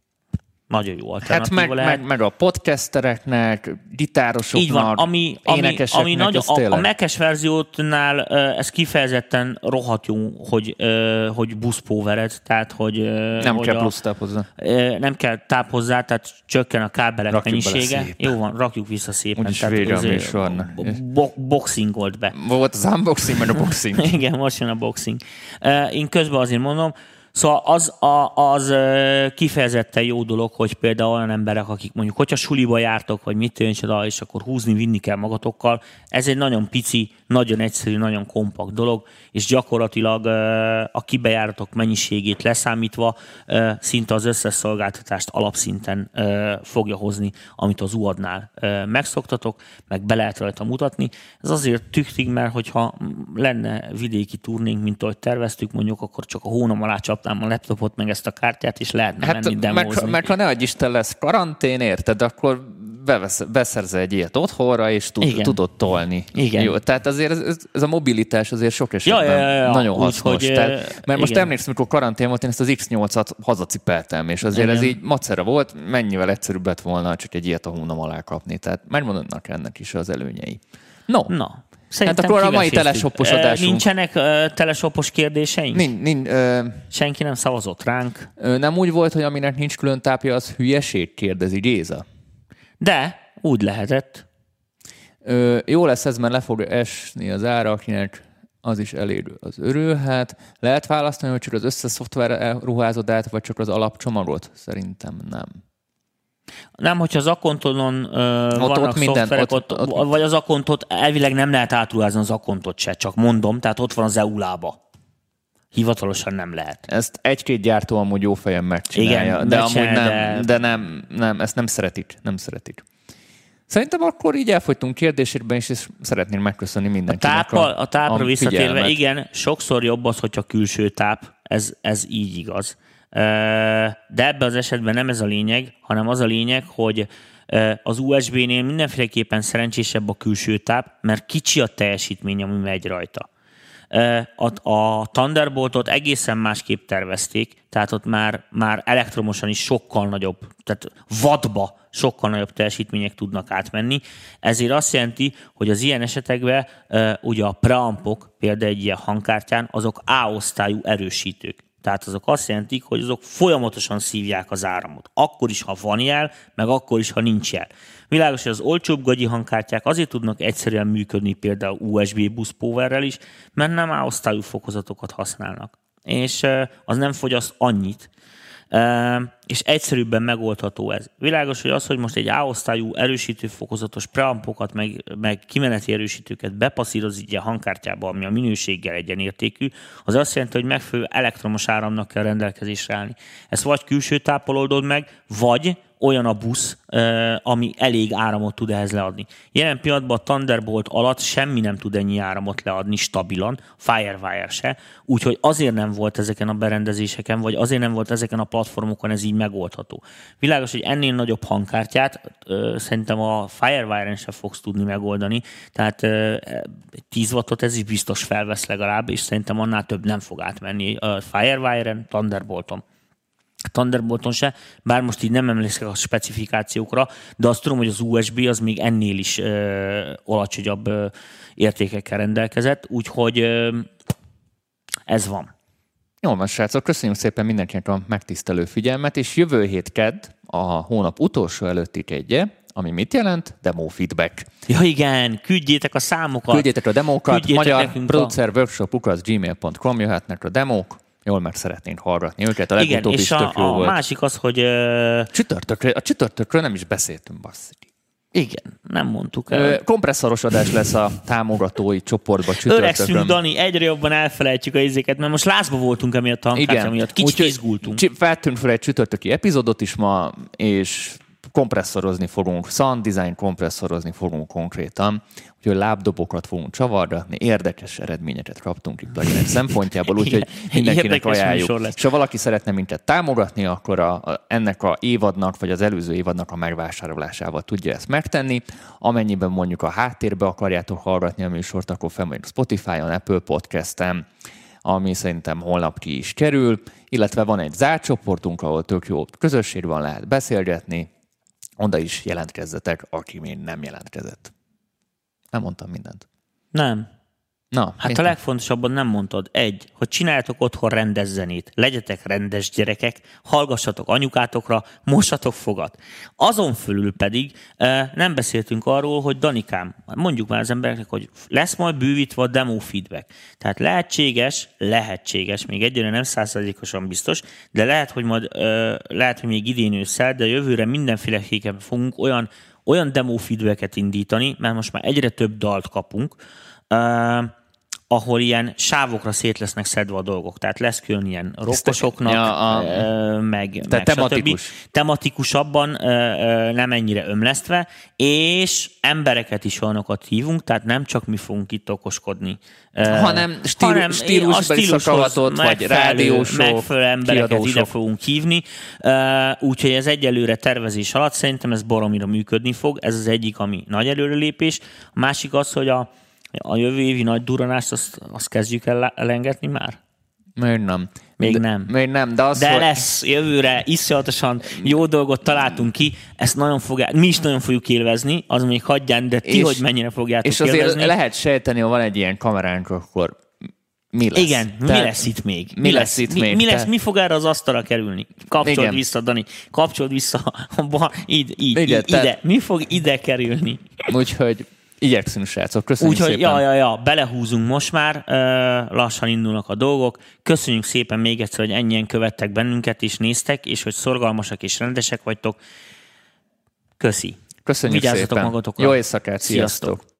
jó alternatíva lehet. Meg a podcastereknek, gitárosoknak, így van, énekeseknek, a Mac-es verziótnál ez kifejezetten rohadt jó, hogy buszpóvered, tehát hogy nem kell plusz táp hozzá. Nem kell táp hozzá, tehát csökken a kábelek mennyisége. Jó van, rakjuk vissza szépen. Úgyis vége a műsornak. Boxingolt be. Volt az unboxing, meg a boxing. Igen, most jön a boxing. Én közben azért mondom, szóval az kifejezetten jó dolog, hogy például olyan emberek, akik mondjuk, hogyha suliba jártok, vagy mit tűncsoda, és akkor húzni-vinni kell magatokkal, ez egy nagyon pici, nagyon egyszerű, nagyon kompakt dolog, és gyakorlatilag a kibejáratok mennyiségét leszámítva szinte az összes szolgáltatást alapszinten fogja hozni, amit az UAD-nál megszoktatok, meg be lehet rajta mutatni. Ez azért tüktig, mert hogyha lenne vidéki turnénk, mint ahogy terveztük, mondjuk, akkor csak a hónom alá csapnám a laptopot, meg ezt a kártyát, és lehetne menni demózni. Mert ha ne adj Isten lesz karantén, érted, akkor beszerzel egy ilyet otthonra, és tudod tolni. Igen. Jó, tehát azért ez a mobilitás azért sok esetben nagyon hasznos. Mert most emlékszem, amikor karantén volt, én ezt az X8-at hazacipeltem, és azért ez így macera volt, mennyivel egyszerűbb lett volna csak egy ilyet a hónam alá kapni. Tehát megmondanak ennek is az előnyei. No. Szerintem hát akkor a mai telesoppos adásunk. Nincsenek telesoppos kérdéseink? Senki nem szavazott ránk. Nem úgy volt, hogy aminek nincs külön tápja, az hülyeség, kérdezi Géza. De úgy lehetett. Jó lesz ez, mert le fog esni az ára, akinek az is elérő, az örülhet. Lehet választani, hogy csak az összes szoftver ruházod át, vagy csak az alapcsomagot? Szerintem nem. Nem, hogyha az akontonon vannak szoftverek, vagy az akontot elvileg nem lehet átruházni az akontot se, csak mondom, tehát ott van az EU-lába. Hivatalosan nem lehet. Ezt egy-két gyártó amúgy jó fejen megcsinálja, igen, de amúgy nem, ezt nem szeretik. Szerintem akkor így elfogytunk kérdésében is, és szeretném megköszönni mindenkinek a tápra visszatérve, igen, sokszor jobb az, hogyha külső táp, ez így igaz. De ebben az esetben nem ez a lényeg, hanem az a lényeg, hogy az USB-nél mindenféleképpen szerencsésebb a külső táp, mert kicsi a teljesítmény, ami megy rajta. A Thunderboltot egészen másképp tervezték, tehát ott már elektromosan is sokkal nagyobb, tehát wattba sokkal nagyobb teljesítmények tudnak átmenni. Ezért azt jelenti, hogy az ilyen esetekben ugye a preampok, például egy ilyen hangkártyán, azok A-osztályú erősítők. Tehát azok azt jelentik, hogy azok folyamatosan szívják az áramot. Akkor is, ha van jel, meg akkor is, ha nincs jel. Világos, hogy az olcsóbb gagyi hangkártyák azért tudnak egyszerűen működni például USB bus powerrel is, mert nem A-osztályú fokozatokat használnak. És az nem fogyaszt annyit, és egyszerűbben megoldható ez. Világos, hogy az, hogy most egy A-osztályú erősítőfokozatos preampokat, meg kimeneti erősítőket bepasszíroz így a hangkártyába, ami a minőséggel egyenértékű, az azt jelenti, hogy megfelelő elektromos áramnak kell rendelkezésre állni. Ezt vagy külső táppal oldod meg, vagy olyan a busz, ami elég áramot tud ehhez leadni. Jelen pillanatban a Thunderbolt alatt semmi nem tud ennyi áramot leadni stabilan, Firewire se, úgyhogy azért nem volt ezeken a berendezéseken, vagy azért nem volt ezeken a platformokon ez így megoldható. Világos, hogy ennél nagyobb hangkártyát szerintem a Firewire-en sem fogsz tudni megoldani, tehát 10 wattot ez is biztos felvesz legalább, és szerintem annál több nem fog átmenni a Firewire-en, Thunderbolton se, bár most így nem emlékszek a specifikációkra, de azt tudom, hogy az USB az még ennél is alacsonyabb értékekkel rendelkezett, úgyhogy ez van. Jól van, srácok, köszönjük szépen mindenkinek a megtisztelő figyelmet, és jövő hét kedd, a hónap utolsó előtti kedje, ami mit jelent? Demo feedback. Ja igen, küldjétek a számokat. Küldjétek a demókat, magyar producerworkshop@gmail.com jöhetnek a demók. Jól meg szeretnénk hallgatni őket. A legutóbb is tök jó volt. A másik az, hogy... A csütörtökről nem is beszéltünk, basszik. Igen, nem mondtuk el. Kompresszoros adás lesz a támogatói csoportba csütörtökön. Öregszünk, Dani, egyre jobban elfelejtjük a izéket, mert most lázba voltunk emiatt a hangkártya miatt. Kicsit izgultunk. Feltűnt fel egy csütörtöki epizódot is ma, és kompresszorozni fogunk, sound design kompresszorozni fogunk konkrétan, úgyhogy lábdobokat fogunk csavargatni, érdekes eredményeket kaptunk itt pluginek szempontjából, úgyhogy mindenkinek ajánljuk. És ha valaki szeretne minket támogatni, akkor ennek a évadnak, vagy az előző évadnak a megvásárolásával tudja ezt megtenni. Amennyiben mondjuk a háttérbe akarjátok hallgatni a műsort, akkor felmondjuk Spotify-on, Apple Podcast-en, ami szerintem holnap ki is kerül, illetve van egy zárt csoportunk, ahol tök jó közösségben lehet beszélgetni. Oda is jelentkezzetek, aki még nem jelentkezett. Nem mondtam mindent. Nem. Na, hát a legfontosabban nem mondtad. Hogy csináljatok otthon rendes zenét. Legyetek rendes gyerekek, hallgassatok anyukátokra, mossatok fogat. Azon fölül pedig nem beszéltünk arról, hogy Danikám, mondjuk már az embereknek, hogy lesz majd bővítve a demo feedback. Tehát lehetséges, még egyre nem 100%-osan biztos, de lehet, hogy még idén ősszel, de jövőre mindenféleképpen fogunk olyan demo feedbacket indítani, mert most már egyre több dalt kapunk, ahol ilyen sávokra szét lesznek szedve a dolgok. Tehát lesz külön ilyen rokkosoknak, meg tematikus. Tematikusabban, nem ennyire ömlesztve, és embereket is olyanokat hívunk, tehát nem csak mi fogunk itt okoskodni. Hanem stílusbeli szakavatot, vagy rádiósok, megfelelő embereket ide fogunk hívni. Úgyhogy ez egyelőre tervezés alatt szerintem ez baromira működni fog. Ez az egyik, ami nagy előrelépés. A másik az, hogy a jövő évi nagy durranást azt kezdjük el elengedni már? Még nem. Még nem. De lesz jövőre, iszonyatosan jó dolgot találtunk ki, ezt mi is nagyon fogjuk élvezni, az még hagyján, de ti hogy mennyire fogjátok élvezni. És azért lehet sejteni, ha van egy ilyen kameránk, akkor mi lesz? Igen, mi lesz itt még? Mi fog erre az asztalra kerülni? Kapcsold vissza, Dani. Kapcsold vissza. Ide. Mi fog ide kerülni? Úgyhogy igyekszünk, srácok. Köszönjük szépen. Belehúzunk most már. Lassan indulnak a dolgok. Köszönjük szépen még egyszer, hogy ennyien követtek bennünket és néztek, és hogy szorgalmasak és rendesek vagytok. Köszi. Köszönjük Vigyázzatok szépen. magatokra. Jó éjszakát. Sziasztok.